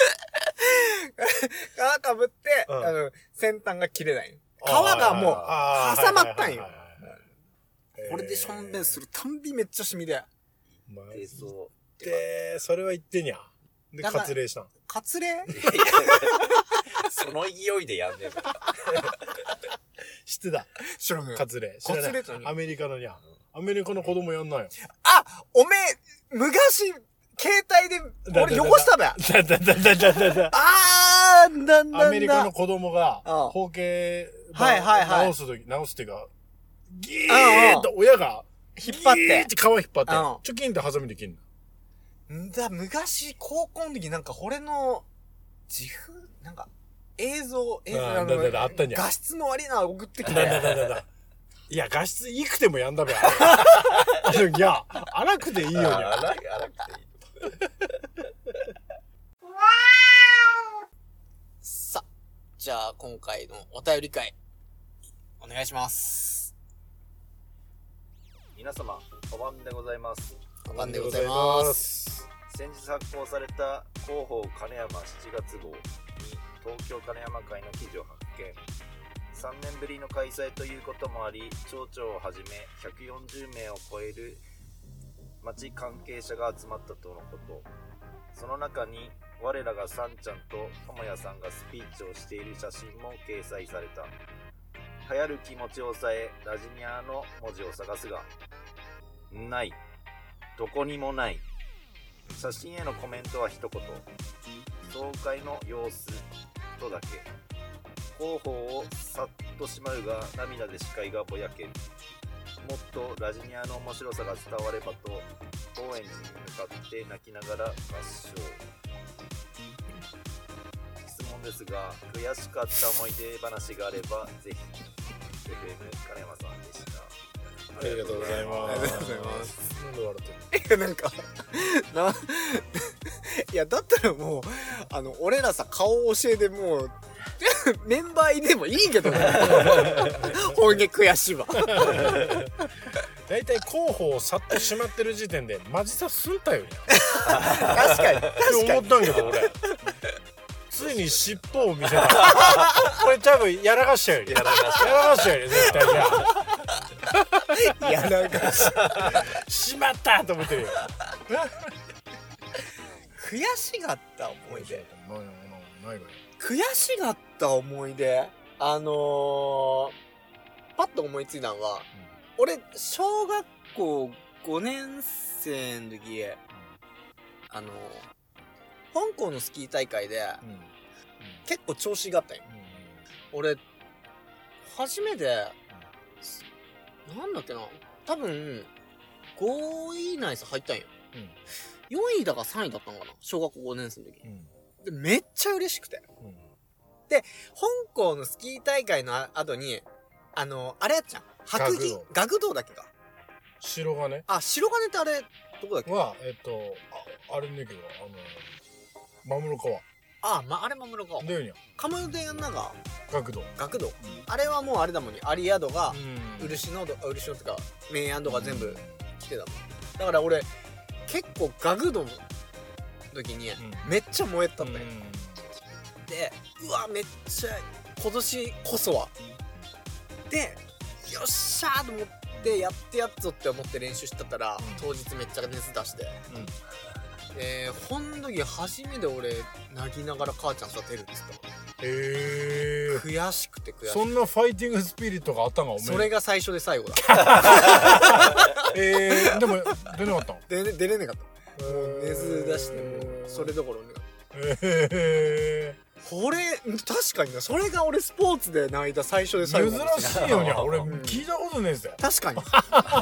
皮かぶって、 うんあの、先端が切れないよ。皮あがもうあー挟まったんよはいはいはいはい。 これでしょんべんするたんびめっちゃ染みで。 マで、 ジそう。 で、それは言ってにゃ。で、 だから割礼したん。 カツレいやその勢いでやんねえもん。 知ってた。 知らんよ。 割礼。知らない割礼って何。 アメリカのにゃ。アメリカの子供やんないよ。 あ、おめえ、昔、携帯で、俺汚したべ。 だだだだだだだ。 あー、なんだんだ。 アメリカの子供が、 うん包茎はいはいはい直すとき、直すっていうか、ギーッと親が、 引っ張ってギーッて皮引っ張って、 うんチョキンってハサミで切んの。 んだ、昔、高校の時なんか、俺の、自負なんか、映像、映像、 あーだだだあったんじゃん画質の悪いな送ってきだて。 だだだだ。いや、画質いくてもやんだべ。あれいや、荒くていいよにゃ。 荒くていい。 さ、じゃあ、今回のお便り会、お願いします。 皆様、お晩でございます。 お晩でございます。 す。 先日発行された広報金山しちがつ号に東京金山会の記事を発見。さんねんぶりの開催ということもあり、町長をはじめひゃくよんじゅうめいを超える町関係者が集まったとのこと。その中に我らがさんちゃんとともやさんがスピーチをしている写真も掲載された。流行る気持ちを抑えラジニアの文字を探すがない、どこにもない。写真へのコメントは一言、総会の様子とだけ。広報をさっとしまうが涙で視界がぼやける。もっとラジニアの面白さが伝わればと高円寺に向かって泣きながら合唱。質問ですが、悔しかった思い出話があればぜひ。 エフエム 金山さんでした。 ありがとうございます。 ありがとうございますなんで笑ってんのいや、なんか、な、いや、だったらもう、あの、俺らさ、顔教えでもう、メンバーいでもいいけどね。ほんげ悔しいわ。 だいたい広報をさっとしまってる時点でマジさすんたよに確かに、 って確かに。 思ったんけど俺ついに尻尾を見せたこれ多分やらかしちゃうよねやらかしちゃうよね絶対にやらかし。 しまったと思ってるよ悔しがった思い出。 ないないないわよ悔しがった思い出。あのー、パッと思いついたのは、俺、小学校ごねん生の時、あのー、香港のスキー大会で、 うんうん結構調子があったんよ。俺、初めて、なんだっけな、多分、ごい以内さ入ったんよ。 うんよんいだかさんいだったのかな、小学校ごねん生の時。 うんで、めっちゃ嬉しくて。 うん香港のスキー大会の後に、あの、あれやっちゃん。白銀学童学童だっけか。 白金あ、白金ってあれ、どこだっけ。 はえっとああれねけどあのマムロ川あ、まあ、あれも室か。 だよにゃ。 カムデンなんか、 角度。 学童。あれはもうあれだもんね。アリアドが、 うん。 漆の、漆のってか、メインアンドが全部来てたもん。だから俺、結構学童の時に、めっちゃ燃えたんだよ。で、うわ、めっちゃ、今年こそは。で、よっしゃーと思って、やってやっぞって思って練習してたら、うん、当日めっちゃ熱出して。うんえー、ほん時初めて俺泣きながら母ちゃん育てるんですか。 へえ。 悔しくて悔しくて。 そんなファイティングスピリットがあったんがおめえ。 それが最初で最後だ。 えー、でも出なかったの？ で出れなかった。もう熱出してもうそれどころね。 へー。これ確かにな、それが俺スポーツで泣いた最初で最後。 珍しいよにゃ。俺聞いたことねえぜ。 確かに。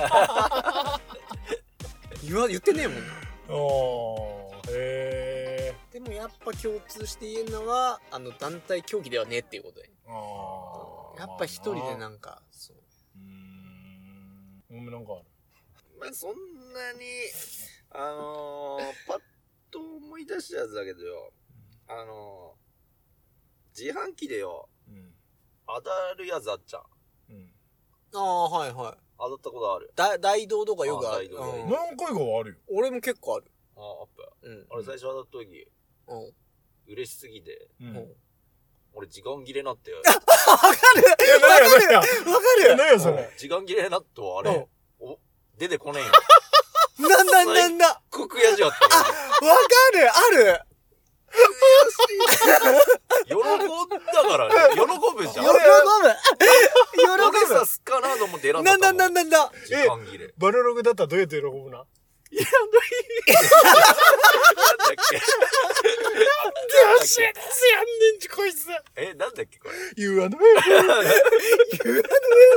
言わ言ってねえもんね。 あーへー。でもやっぱ共通して言えるのはあの団体競技ではねえっていうことで。 あーやっぱ一人でなんかそう。 うーん。おめなんかある。 まあそんなにあのー、パッと思い出したやつだけどよ、うん、あのー、自販機でよ、うん、当たるやつあっちゃん。 うん。ああはいはい。 当たったことある。 だ大道とかよくある。 ああ何回かはあるよ。 俺も結構ある。 ああ、アップ。うん。あれ最初当たった時、うん。嬉しすぎて、うん。俺時間切れなってよ。 わかるわかるわかる何やそれ。 時間切れなっとあれ、お、出てこねえよ。 なんだなんだ。 すっごく悔しかったよ。 あ、わかるある喜んだからね。喜ぶじゃん。 喜ぶ喜ぶさすかなと思って選んだ。 なんだなんだなんだ。 時間切れ。 バルログだったらどうやって喜ぶな。 いや、なんだっけなんで教えてすやんねんちこいつ。 え、なんだっけこれ。 You are the way. You are the way.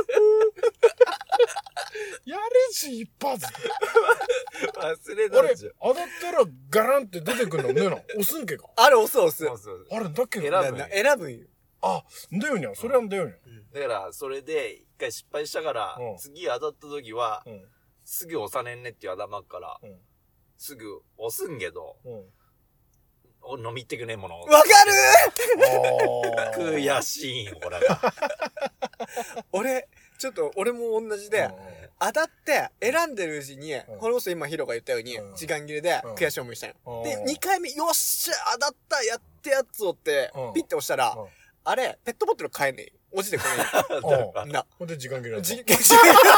やれし一発。 忘れたんじゃん。 当たったらガランって出てくるのねえな。押すんけか。 あれ押す押す。 あれだっけ選ぶんよ。 選ぶんよ。 あ、だよにゃ。それはだよにゃ。 だからそれで一回失敗したから、次当たった時は。すぐ押さねんねっていう頭から、うん、すぐ押すんけど、うん、飲みってくねえもの。 わかる悔しいん、俺が。 俺、ちょっと俺も同じで、うん、当たって選んでるうちに、うん、これこそ今ヒロが言ったように、うん、時間切れで悔しい思いしたよ。うん、で、にかいめ、よっしゃ当たったやってやつをって、うん、ピッて押したら、うん、あれ、ペットボトル買えねえよ。落ちてこねえよ。な。 ほんで時間切れだった。 時間切れ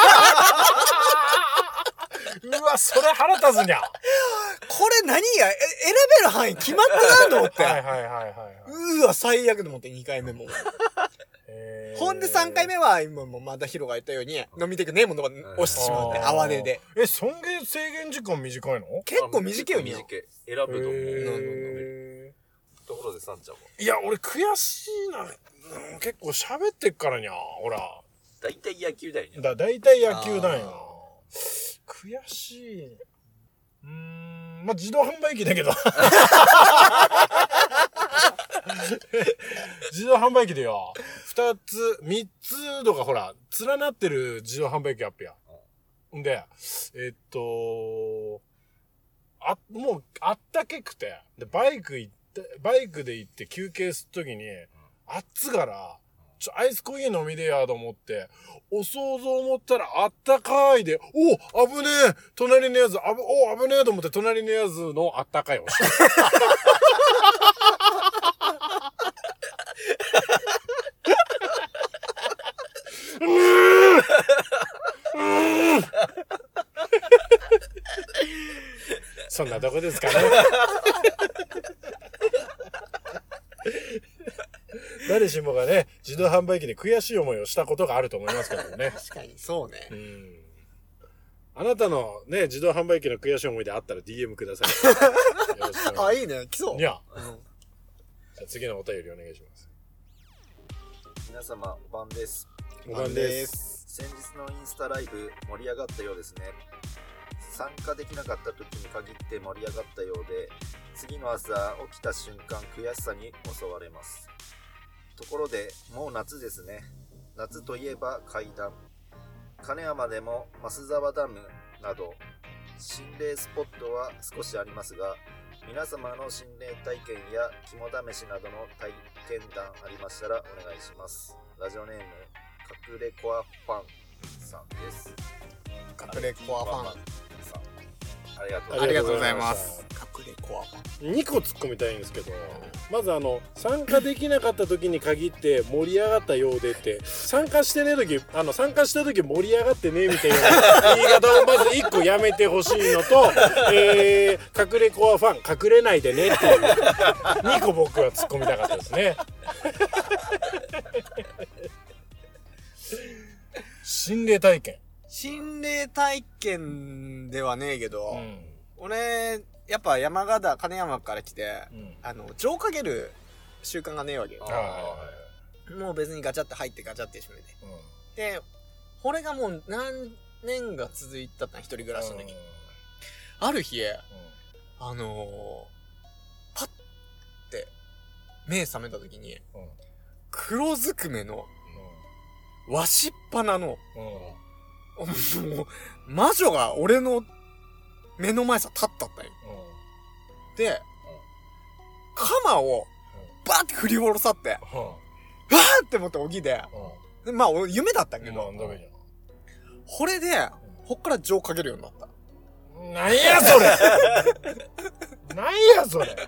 うわ、それ腹立つにゃ。 これ何やえ選べる範囲決まったなと思って。 はいはいはいはい、はい。 うわ、最悪と思ってにかいめも。ほんでさんかいめは、今もまたヒロが言ったように、飲みてくねえものが押してしまって、泡でで。 え、そんげ制限時間短いの？ 結構短いよ、 短い。選ぶと思う。ところでサンちゃんは。 いや、俺悔しいな。うん、結構喋ってっからにゃ、ほら。 だいたい野球だよね。 だ、だいたい野球だよ。悔しい。うーん、まあ、自動販売機だけど。自動販売機でよ、二つ、三つとかほら、連なってる自動販売機あっぺや。んで、えっと、あ、もう、あったけくて、で、バイク行って、バイクで行って休憩するときに、あっつから、ちょ、アイスコーヒー飲みでやと思って、お想像思ったらあったかいで、お危ねえ隣のやつ、あぶ、お危ねえと思って隣のやつのあったかいをした。そんなとこですかね。誰しもがね、自動販売機で悔しい思いをしたことがあると思いますけどもね。 確かに、そうね。うん。 あなたのね、自動販売機の悔しい思いであったら ディーエム ください。よろしくお願いします。 あ、いいね。来そう。 いや。うん、じゃあ次のお便りお願いします。 皆様、お晩です。 お晩です。 先日のインスタライブ盛り上がったようですね。参加できなかった時に限って盛り上がったようで、次の朝起きた瞬間悔しさに襲われます。ところでもう夏ですね。夏といえば怪談。金山でも増沢ダムなど心霊スポットは少しありますが、 皆様の心霊体験や肝試しなどの体験談ありましたらお願いします。ラジオネーム隠れコアファンさんです。 隠れコアファンさん、ありがとうありがとうございます。隠れコアファンにこ突っ込みたいんですけど、まずあの参加できなかった時に限って盛り上がったようでって参加してねえ時あの参加した時盛り上がってねえみたいな言い方をまずいっこやめてほしいのと、えー、隠れコアファン隠れないでねっていうにこ僕は突っ込みたかったですね。心霊体験心霊体験ではねえけど、 うん、 俺やっぱ山形金山から来て、うん、あの錠かける習慣がねえわけよ。もう別にガチャって入ってガチャって閉めて、うん、でこれがもう何年が続いたった一人暮らしの時、うん、ある日、うん、あのー、パッて目覚めた時に、うん、黒ずくめの、うん、わしっぱなの、うん、もう魔女が俺の目の前さ立ったったよ、うん、で、うん、鎌をバーって振り下ろさって、うん、わーって思って起きて、うん、まあ夢だったけど、うん、これで、うん、こっから錠かけるようになった。 なんやそれなんやそれ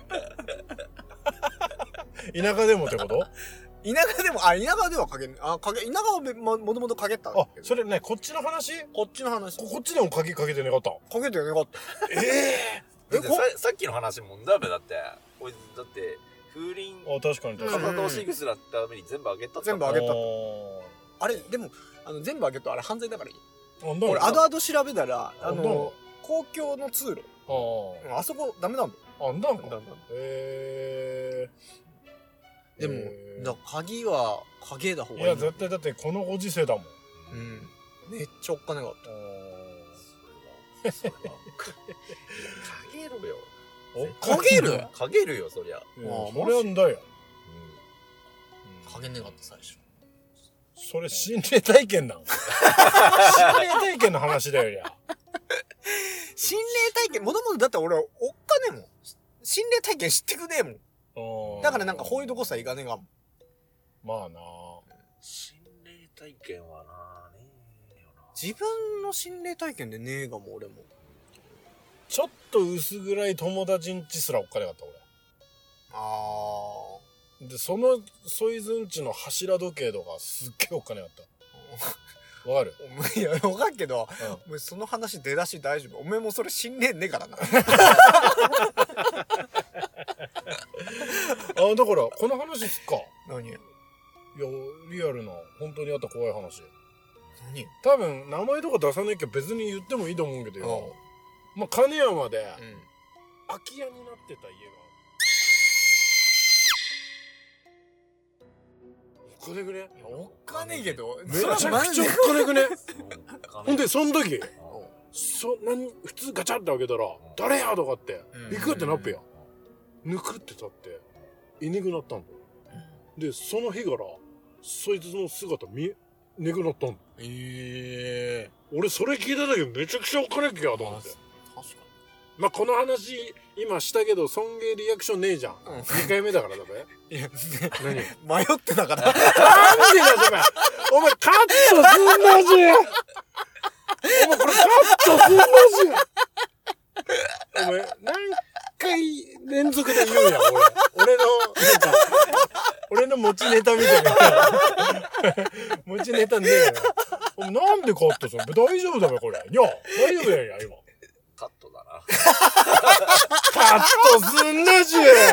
田舎でもってこと？ 田舎でも、あ、田舎ではかけん、あ、かけ、田舎はも、もともとかけたんだけど。 あ、それね、こっちの話？ こっちの話。 こ、こっちでもかけ、かけてなかった？ かけてなかった。 ええー、だってさ、さっきの話もんだべだって。こいつ、だって、風鈴。 あ、確かに確かに。 風通し薬だったために全部あげたった。 全部あげたった。あれ、でも、あの、全部あげるとあれ犯罪だからいい。俺、アドアド調べたら、あの、公共の通路。ああそこダメなんだ。 あんだんか。へー。 でも、だ鍵は影だ方がいい。 いや、絶対だってこのご時世だもん。 うん。めっちゃおっかねかった。 それは。影ろよ。 影る影るよ、そりゃ。 ああ、それはんだよ。 影ねかった、最初。 それ心霊体験なん。心霊体験の話だよ、や。 心霊体験、もともとだって俺、おっかねえもん。心霊体験知ってくねえもん。だからなんかこういうとこさいかねえがもん。 まあな心霊体験はなねえよな。 自分の心霊体験でねえがも俺も。 ちょっと薄暗い友達んちすらおっかねかった俺。 あー。で、その、そいつんちの柱時計とかすっげえおっかねかった。わかる？ いや、わかるけど、うん、おその話出だし大丈夫。お前もそれ心霊ねえからな。 あ、だからこの話すっか。 何？いや、 リアルな本当にあった怖い話。 何？ 多分名前とか出さなきゃ別に言ってもいいと思うけどよ。まあ金山で、うん、空き家になってた家がおっかねくね？ おっかねえけどめちゃくちゃおっかねくね？ほんでその時そ何普通ガチャって開けたら誰やとかってビクってなっぺや。ぬくって立っていねくなったんだ。でその日からそいつの姿見えねくなったんだ。 ええー、俺それ聞いただけどめちゃくちゃおっかねっけやと思って。確かに。まあこの話今したけど、尊敬リアクションねえじゃん。うん、にかいめだからだべ。いや、 何迷ってたから。なんでだお前カットすんなし。お前これカットすんなし。お前何回連続で言うんや、俺。俺の、なんか、俺の持ちネタみたいな。持ちネタねえよ。なんでカットすんの？大丈夫だべ、これ。いや、大丈夫やんや、今。 カットだな。 カットすんなし。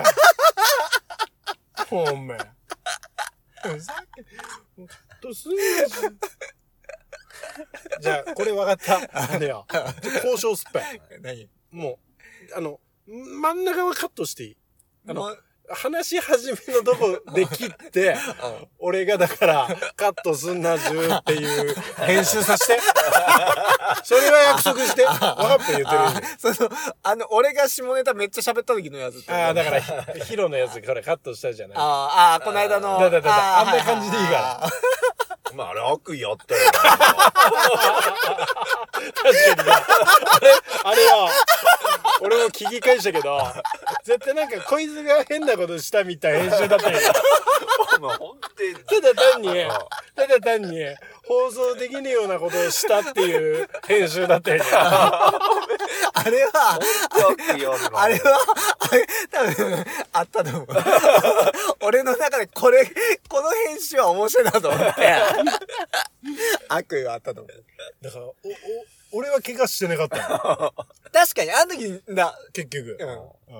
おめえ。さっき、カットすんなし。じゃあ、これ分かった。あれよ。交渉すっぱい。 何？ もう、あの、真ん中はカットしていい。あの、ま、話し始めのとこで切って、うん、俺がだからカットすんなじゅうっていう編集させて。それは約束して。分かって言ってる。 その、あの、俺が下ネタめっちゃ喋った時のやつって。 ああ、だから、ヒロのやつこれカットしたじゃない。 ああ、この間の。 だだだだ、あんな感じでいいから。 まあ、あれ悪意あったよ。 確かに。あれ、あれは、俺も聞聞き返したけど絶対なんかこいつが変なことしたみたいな編集だったよもう本当にただ単にただ単に放送できねえようなことをしたっていう編集だったよあれはあれはあれ多分あったと思う俺の中でこれこの編集は面白いなと思って悪意はあったと思う。 だからおお俺は怪我してなかったの確かにあの時だ結局、 うんうん、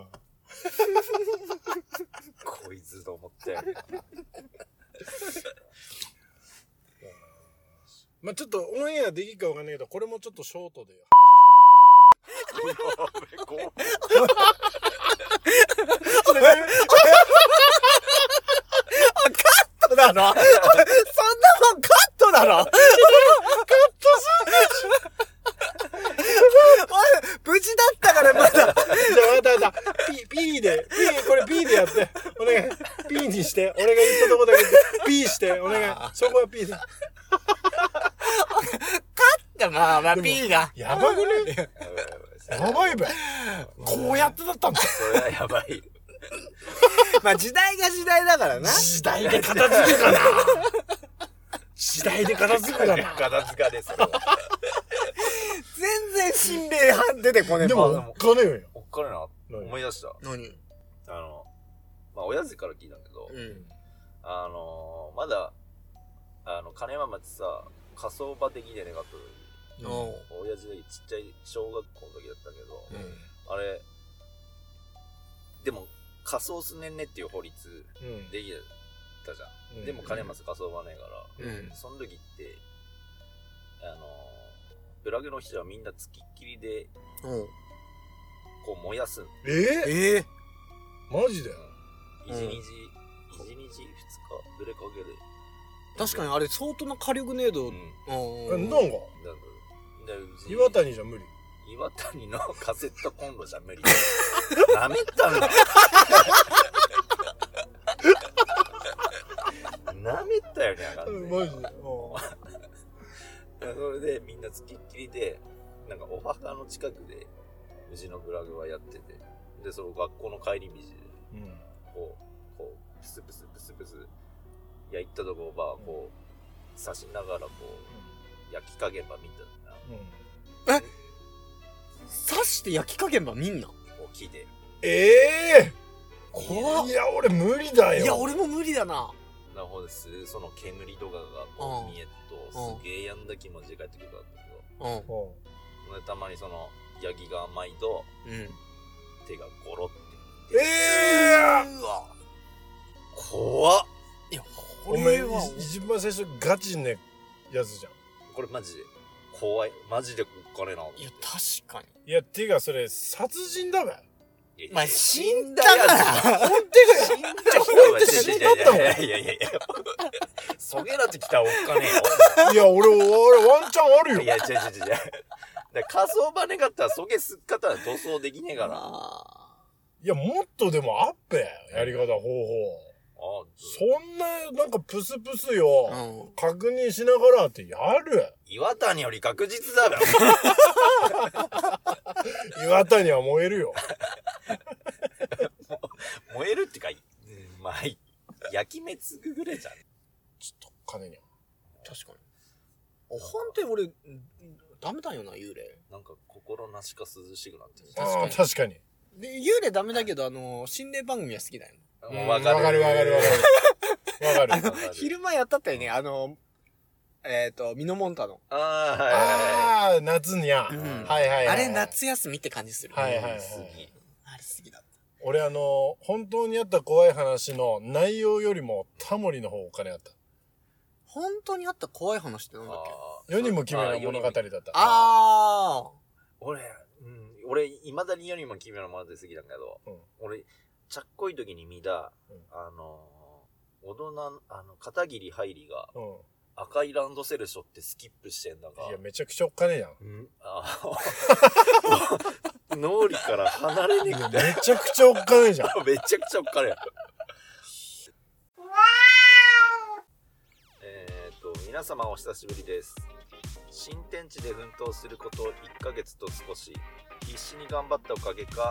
こいつと思ったよねまあちょっとオンエアできるかわかんないけどこれもちょっとショートで話してこうカットなのそんなもんカットなのカット無事だったからまだじゃあまたまた P, P で P これ P でやってお願い P にして俺が言ったとこだけ P してお願いそこは P でカットまあまあ P がやばくねやばいべこうやってだったんだそれはやばいまあ時代が時代だからな時代で片付くかな時代で片付くかな片付かですよ全然心霊派出てこねえでもおっかねえよおっかねえな思い出した何あのまあ親父から聞いたけど、 うん、 あのー、まだあの金山町さ火葬場的でねかとうん、 親父がちっちゃい小学校の時だったけど、 うん、 あれでも火葬すねんねっていう法律できたじゃん、うん、でも金山火葬場ねえから、うん、その時ってあのー、裏毛の人はみんなつきっきりで、うん、こう燃やすんえー、えー、マジで一日、うん、一日二日ぶれかけで確かにあれ相当な火力ねえど、うん、 うん、なんか岩谷じゃ無理岩谷のカセットコンロじゃ無理なめたんだなめたよねあかんねマジでそれでみんなつきっきりでなんかお墓の近くでうちのブラグはやっててでその学校の帰り道で、うん、こうこうプスプスプスプス焼いたとこばこう刺しながらこう、うん、焼き加減ば見たな、うん、え刺して焼き加減ば見んな木でええー、 怖っいや俺無理だよいや俺も無理だななるほどです。その煙とかがこう見えるとすげえやんだ気持ちで帰ってくるんだけど、うん、たまにそのヤギが甘いと、うん、手がゴロってええー、うわ怖っいやこれは一番最初ガチねやつじゃんこれマジで怖いマジでおっかねえな。 いや確かにいやてかそれ殺人だべまあ死んだから本当死んだ本当死んだったもんいやいやいやそげらってきたらおっかねえよいや俺俺ワンチャンあるよいや違う違う違う火葬場ねかったらそげすっかったら塗装できねえからいやもっとでもあっぺやり方方法あそんななんかプスプスよ、うん、確認しながらってやる岩谷より確実だろ岩谷は燃えるよ燃えるってか、うん、まあ焼き目つぐぐれじゃんちょっと金にゃ確かにあ本当に俺ダメだよな幽霊なんか心なしか涼しくなってる確かに確かにで幽霊ダメだけどあの心霊番組は好きだよもうわかるわかるわかるわかるわかるあの昼間やったったよねあのえっ、ー、とミノモンタのあー、はいはいはい、 あー夏にゃ、うん、はいはいはいあれ夏休みって感じするはいはいはい、 あれ好きだった俺あの本当にあった怖い話の内容よりもタモリの方お金あった本当にあった怖い話ってなんだっけ世にも奇妙な物語だったああ俺、うん、俺いまだに世にも奇妙な物語好きなんだけど、うん、俺ちゃっこい時に見た、うん、あの大人あの片桐はいりが、うん、赤いランドセル背負ってスキップしてんだがいやめちゃくちゃおっかねえやん、 うん、あ脳裏から離れねえめちゃくちゃおっかねえじゃんめちゃくちゃおっかねええっと皆様お久しぶりです。新天地で奮闘することいっかげつと少し必死に頑張ったおかげか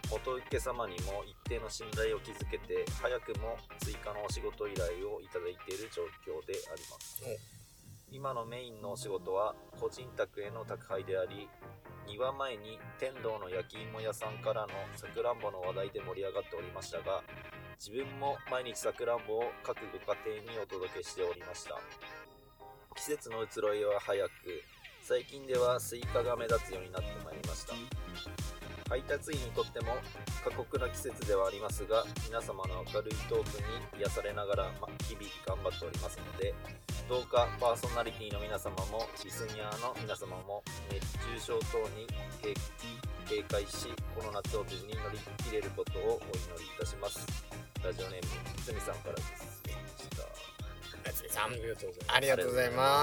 元請け様にも一定の信頼を築けて、早くも追加のお仕事依頼をいただいている状況であります。今のメインのお仕事は個人宅への宅配であり、にわまえに天童の焼き芋屋さんからのさくらんぼの話題で盛り上がっておりましたが、自分も毎日さくらんぼを各ご家庭にお届けしておりました。季節の移ろいは早く、最近ではスイカが目立つようになってまいりました。配達員にとっても過酷な季節ではありますが、皆様の明るいトークに癒されながら、ま、日々頑張っておりますので、どうかパーソナリティの皆様もシスニアの皆様も熱中症等に警戒し、この夏を無事に乗り切れることをお祈りいたします。ラジオネームきつみさんからです。 なつみさん、 ありがとうございます。 ありがとうございます。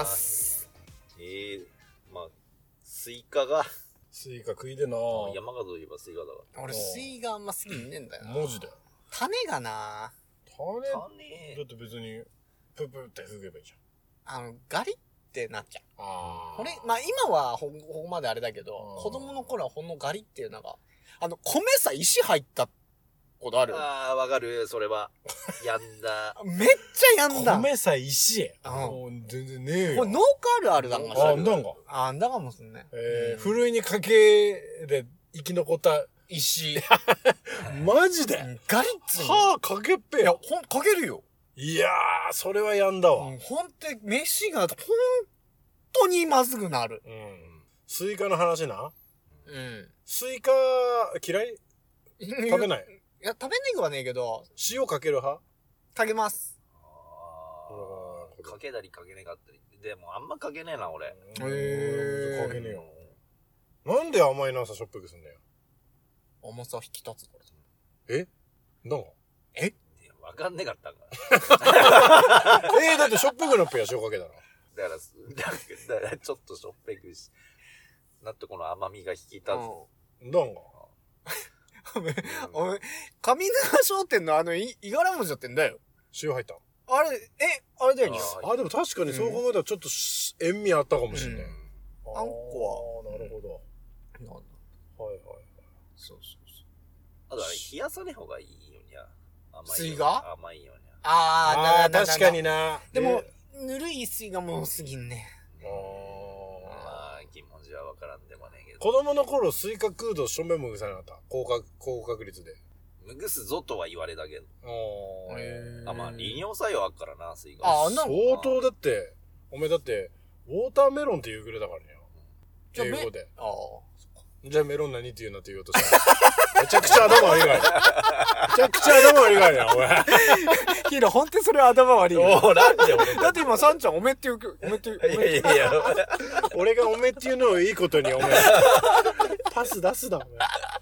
えー、まあスイカがスイカ食いでなぁ。 山形といえばスイカだか俺スイカあんま好きにねえんだよな。 マジで種がな種ら。 だ種って別にププって吹けばいいじあのガリってなっちゃう。 ゃん。あこれまあ今はほここまであれだけど、 うん子供の頃はほんのガリっていうのが、あの米さ石入ったことある。 あーわかる、それはやんだ。 めっちゃやんだ。 米さ石うんもう全然ねえよ。 これ農家あるあるだんがしあ、 らあんだんが。 あんだかもすんね。 えー、 うんふるいにかけで生き残った石。 マジでガリッツはあ、かけっぺいや、 よ。 ほん、かけるよ。 いやー、それはやんだわ。 うん、ほんと、飯がほんとにまずくなる。 うん。スイカの話な。 うん。 スイカ嫌い食べない。 いや、食べねえくはねえけど、 塩かける派かけます。 あーかけたりかけねかったり。でもあんまかけねえな俺。 へーかけねえよ。なんで甘いのさしょっぱくすんだよ。 重さ引き立つから。 えなんかいやわかんねかったんかえー、だってしょっぱくなっぺや、塩かけたら。 だから、だからちょっとしょっぺくし、なってこの甘みが引き立つ。 なんかおめ、おめ、上沼商店のあの、い、いがらもじゃってんだよ。 塩入った。 あれ、え、あれだよね。 ああ、でも確かにそう考えたらちょっとし塩味あったかもしんない。 うんああんこは。なるほど。 なんだ。 はいはい。 そうそうそう。 だから冷やさねえ方がいいよにゃ。甘いよ。 水が甘いよにゃ。 あー、 あなあ、確かに。な。 でもえ、 ぬるい水がもうすぎんね。 あーまあ、気持ちはわからんでもねえけど。 子供の頃スイカ食うとしょんべんもぐさなかった。高確、高確率で。 むぐすぞとは言われたけど。 あーへーあ、まあ、利尿作用あっからな、水が。 ああんな相当だって、おめえだって、ウォーターメロンって言うぐらいだからね。 じゃあめ英語で。 ああ。 じゃあメロン何って言うなって言おうとしためちゃくちゃ頭悪いから。めちゃくちゃ頭悪いからや、お前。 ヒロ、ほんとそれ頭悪いよ。 おなんで俺だって今、サンちゃん、おめって言う、おめって言う、 いやいやいや、 俺がおめっていうのをいいことにおめパス出すだ、お前。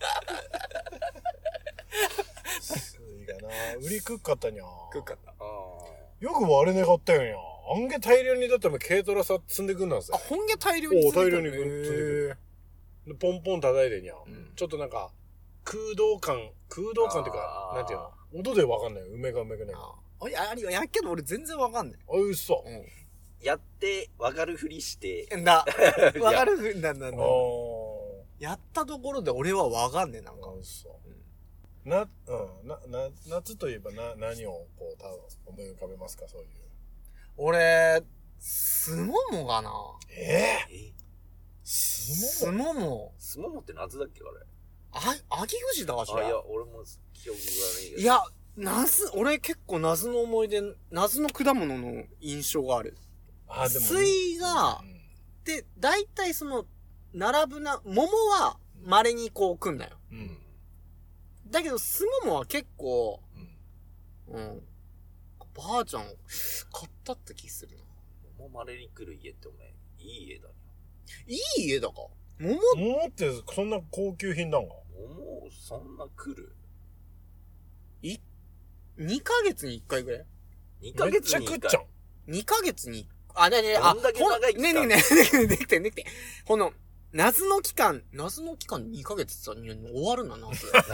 すいがな。売り食っかったにゃ。 食うかった。 よく割れねかったよにゃ。あんげ大量にだってお前軽トラさ積んでくんなんすあ、 よ。 ほんげ大量におう大量にへー積んでくる。でポンポン叩いてにゃ。 うんちょっとなんか、空洞感、空洞感っていうか、 あーなんていうの音でわかんないよ。梅が梅くね。あ、 あ、いや、あれ、やっけど俺全然わかんない。 うっそ。 やって、わかるふりして、 うん。だ、わかるふんだんだあんだ。 ー。 やったところで俺はわかんねえ、なんかあ。うっそ。な、うん、な、な、夏といえばな、何をこう、た思い浮かべますか、そういう。 俺、すももがな。 えええすすもも。 すももって夏だっけあれ。 あ、秋口だわ、しあ、いらや、。俺も記憶がねえけど。 いや、夏、俺結構夏の思い出、夏の果物の印象がある。 あ、でも。 水がうんで、大体その、並ぶな、桃は稀にこう来んだよ。 う。 うんん。 だけど、すももは結構、 うん。 うん。ばあちゃん、買ったって気するな。 桃まれに来る家ってお前、いい家だね。 いい家だか。桃、 桃ってそんな高級品なんか桃、そんな来るい、にかげつにいっかいぐらい ?に ヶめっちゃ月にいっかい。 食っちゃう。 ?に ヶ月に、あ、ねねあ、 どんだけ長生きしたほんねねねねねできてできて。この、夏の期間、夏の期間にかげつってさ、終わるな、夏。だ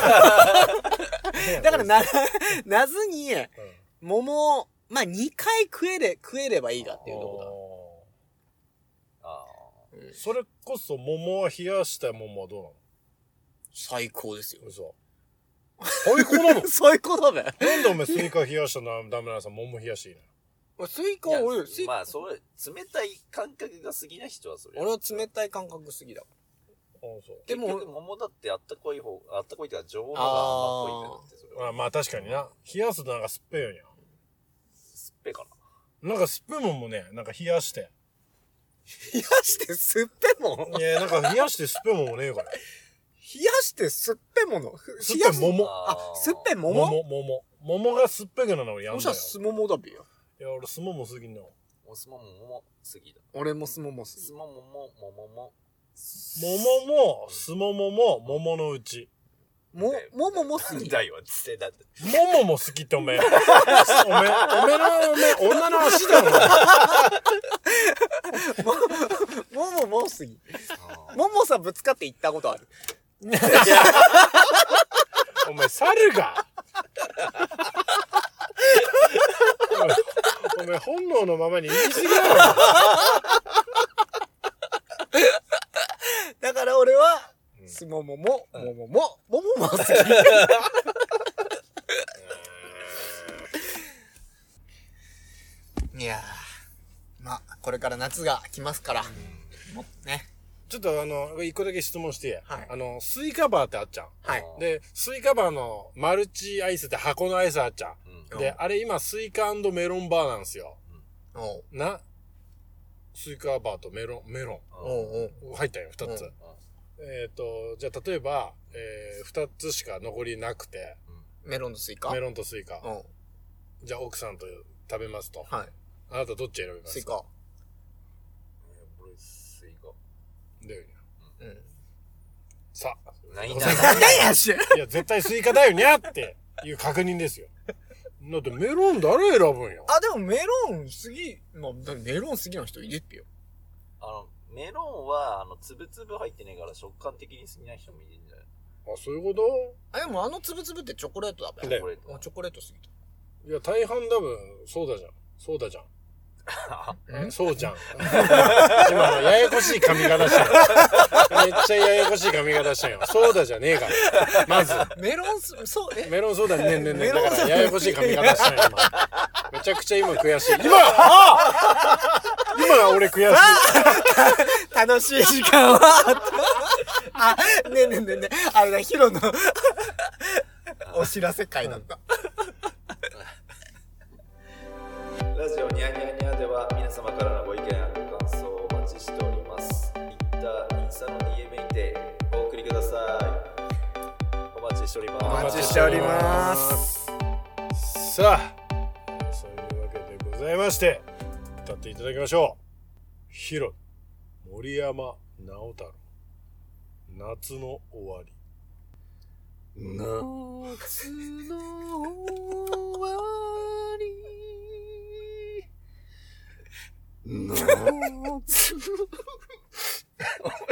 からな、夏に、 うん桃、まあ、にかい食えれ、食えればいいかっていうとこあだ。うんそれこそ桃は冷やした桃はどうなの最高ですよ。 嘘。最高なの？ 最高だね。 なんでお前スイカ冷やしたらダメなのさ、桃冷やしていいの？ スイカは俺、 まあ、それ、冷たい感覚が好きな人はそれ。 俺は冷たい感覚好きだ。 ああ、そう。 でも、桃だってあったかい方、あったかいっていうか常温のがあんまっぽいんだって、それは。 あまあ確かにな。冷やすとなんか酸っぱいよにゃ。 酸っぱいかな。なんか酸っぱいもんもね、なんか冷やして。 冷やして酸っぱいもん？ いや、なんか冷やして酸っぱいもんもねえから。 冷やして酸っぱいもの？ 酸っぱい桃。 あ、酸っぱい桃？ 桃、桃。桃が酸っぱいからな俺やんだよ。 もしは酢桃だべよ。 いや、俺酢桃好きんの。 お酢桃も好きだ。 俺も酢桃好き。 酢桃も桃も。 桃も、酢桃も、桃のうち。 も、桃も好き。 だよ、つってだって。 桃も好きっておめえ。おめえ、おめえの、おめえ、女の足だろ。 桃も好き。桃さぶつかって行ったことある。 お前、猿が。お前、本能のままに言い過ぎだろ。 だから俺は、すももも、ももも、ももも好き。いやー、まあ、これから夏が来ますから、もっね。 ちょっとあの、一個だけ質問していい？ はい。 あの、スイカバーってあっちゃん。 はい。 で、スイカバーのマルチアイスって箱のアイスあっちゃん。 うん、 で、あれ今スイカ&メロンバーなんですよ。 うん、おうなスイカバーとメロン、メロン。 おうおう入ったよ、二つ。えっと、じゃあ例えば、えー、二つしか残りなくて。 メロンとスイカ？ メロンとスイカ。 うん。 じゃあ奥さんと食べますと。 はい。 あなたどっち選びます？ スイカ。 俺、スイカ。 だよね。 うん。 さあ。 何何やし。 いや、絶対スイカだよにゃっていう確認ですよ。だってメロン誰選ぶんや。 あ、でもメロン好き、まあ、メロン好きな人いるっぺよ。 あの、メロンは、あの、つぶつぶ入ってねえから食感的に好きな人もいるんじゃないあ、そういうこと？ あ、でもあのつぶつぶってチョコレートだべ。 ねチョコレート。 チョコレートすぎた。 いや、大半多分、そうだじゃん。そうだじゃん。 んそうじゃん。今のややこしい髪型したよ。めっちゃややこしい髪型したよ。そうだじゃねえから。まず。 メロンす、そう、えメロンソーダねんねんねん。だメロンからややこしい髪型したよ、今。めちゃくちゃ今悔しい。今あ今は俺悔しい。 楽しい時間はあった。あ、ねえねえねえねえ、あれだ、ヒロのお知らせ会だった。 ラジオニャニャニャでは皆様からのご意見やご感想をお待ちしております。Twitter、インスタの ディーエム にてお送りください。お待ちしております。 お待ちしております。 さあ、そういうわけでございまして、歌っていただきましょう。ヒロ、森山直太朗、夏の終わり。 夏の終わり夏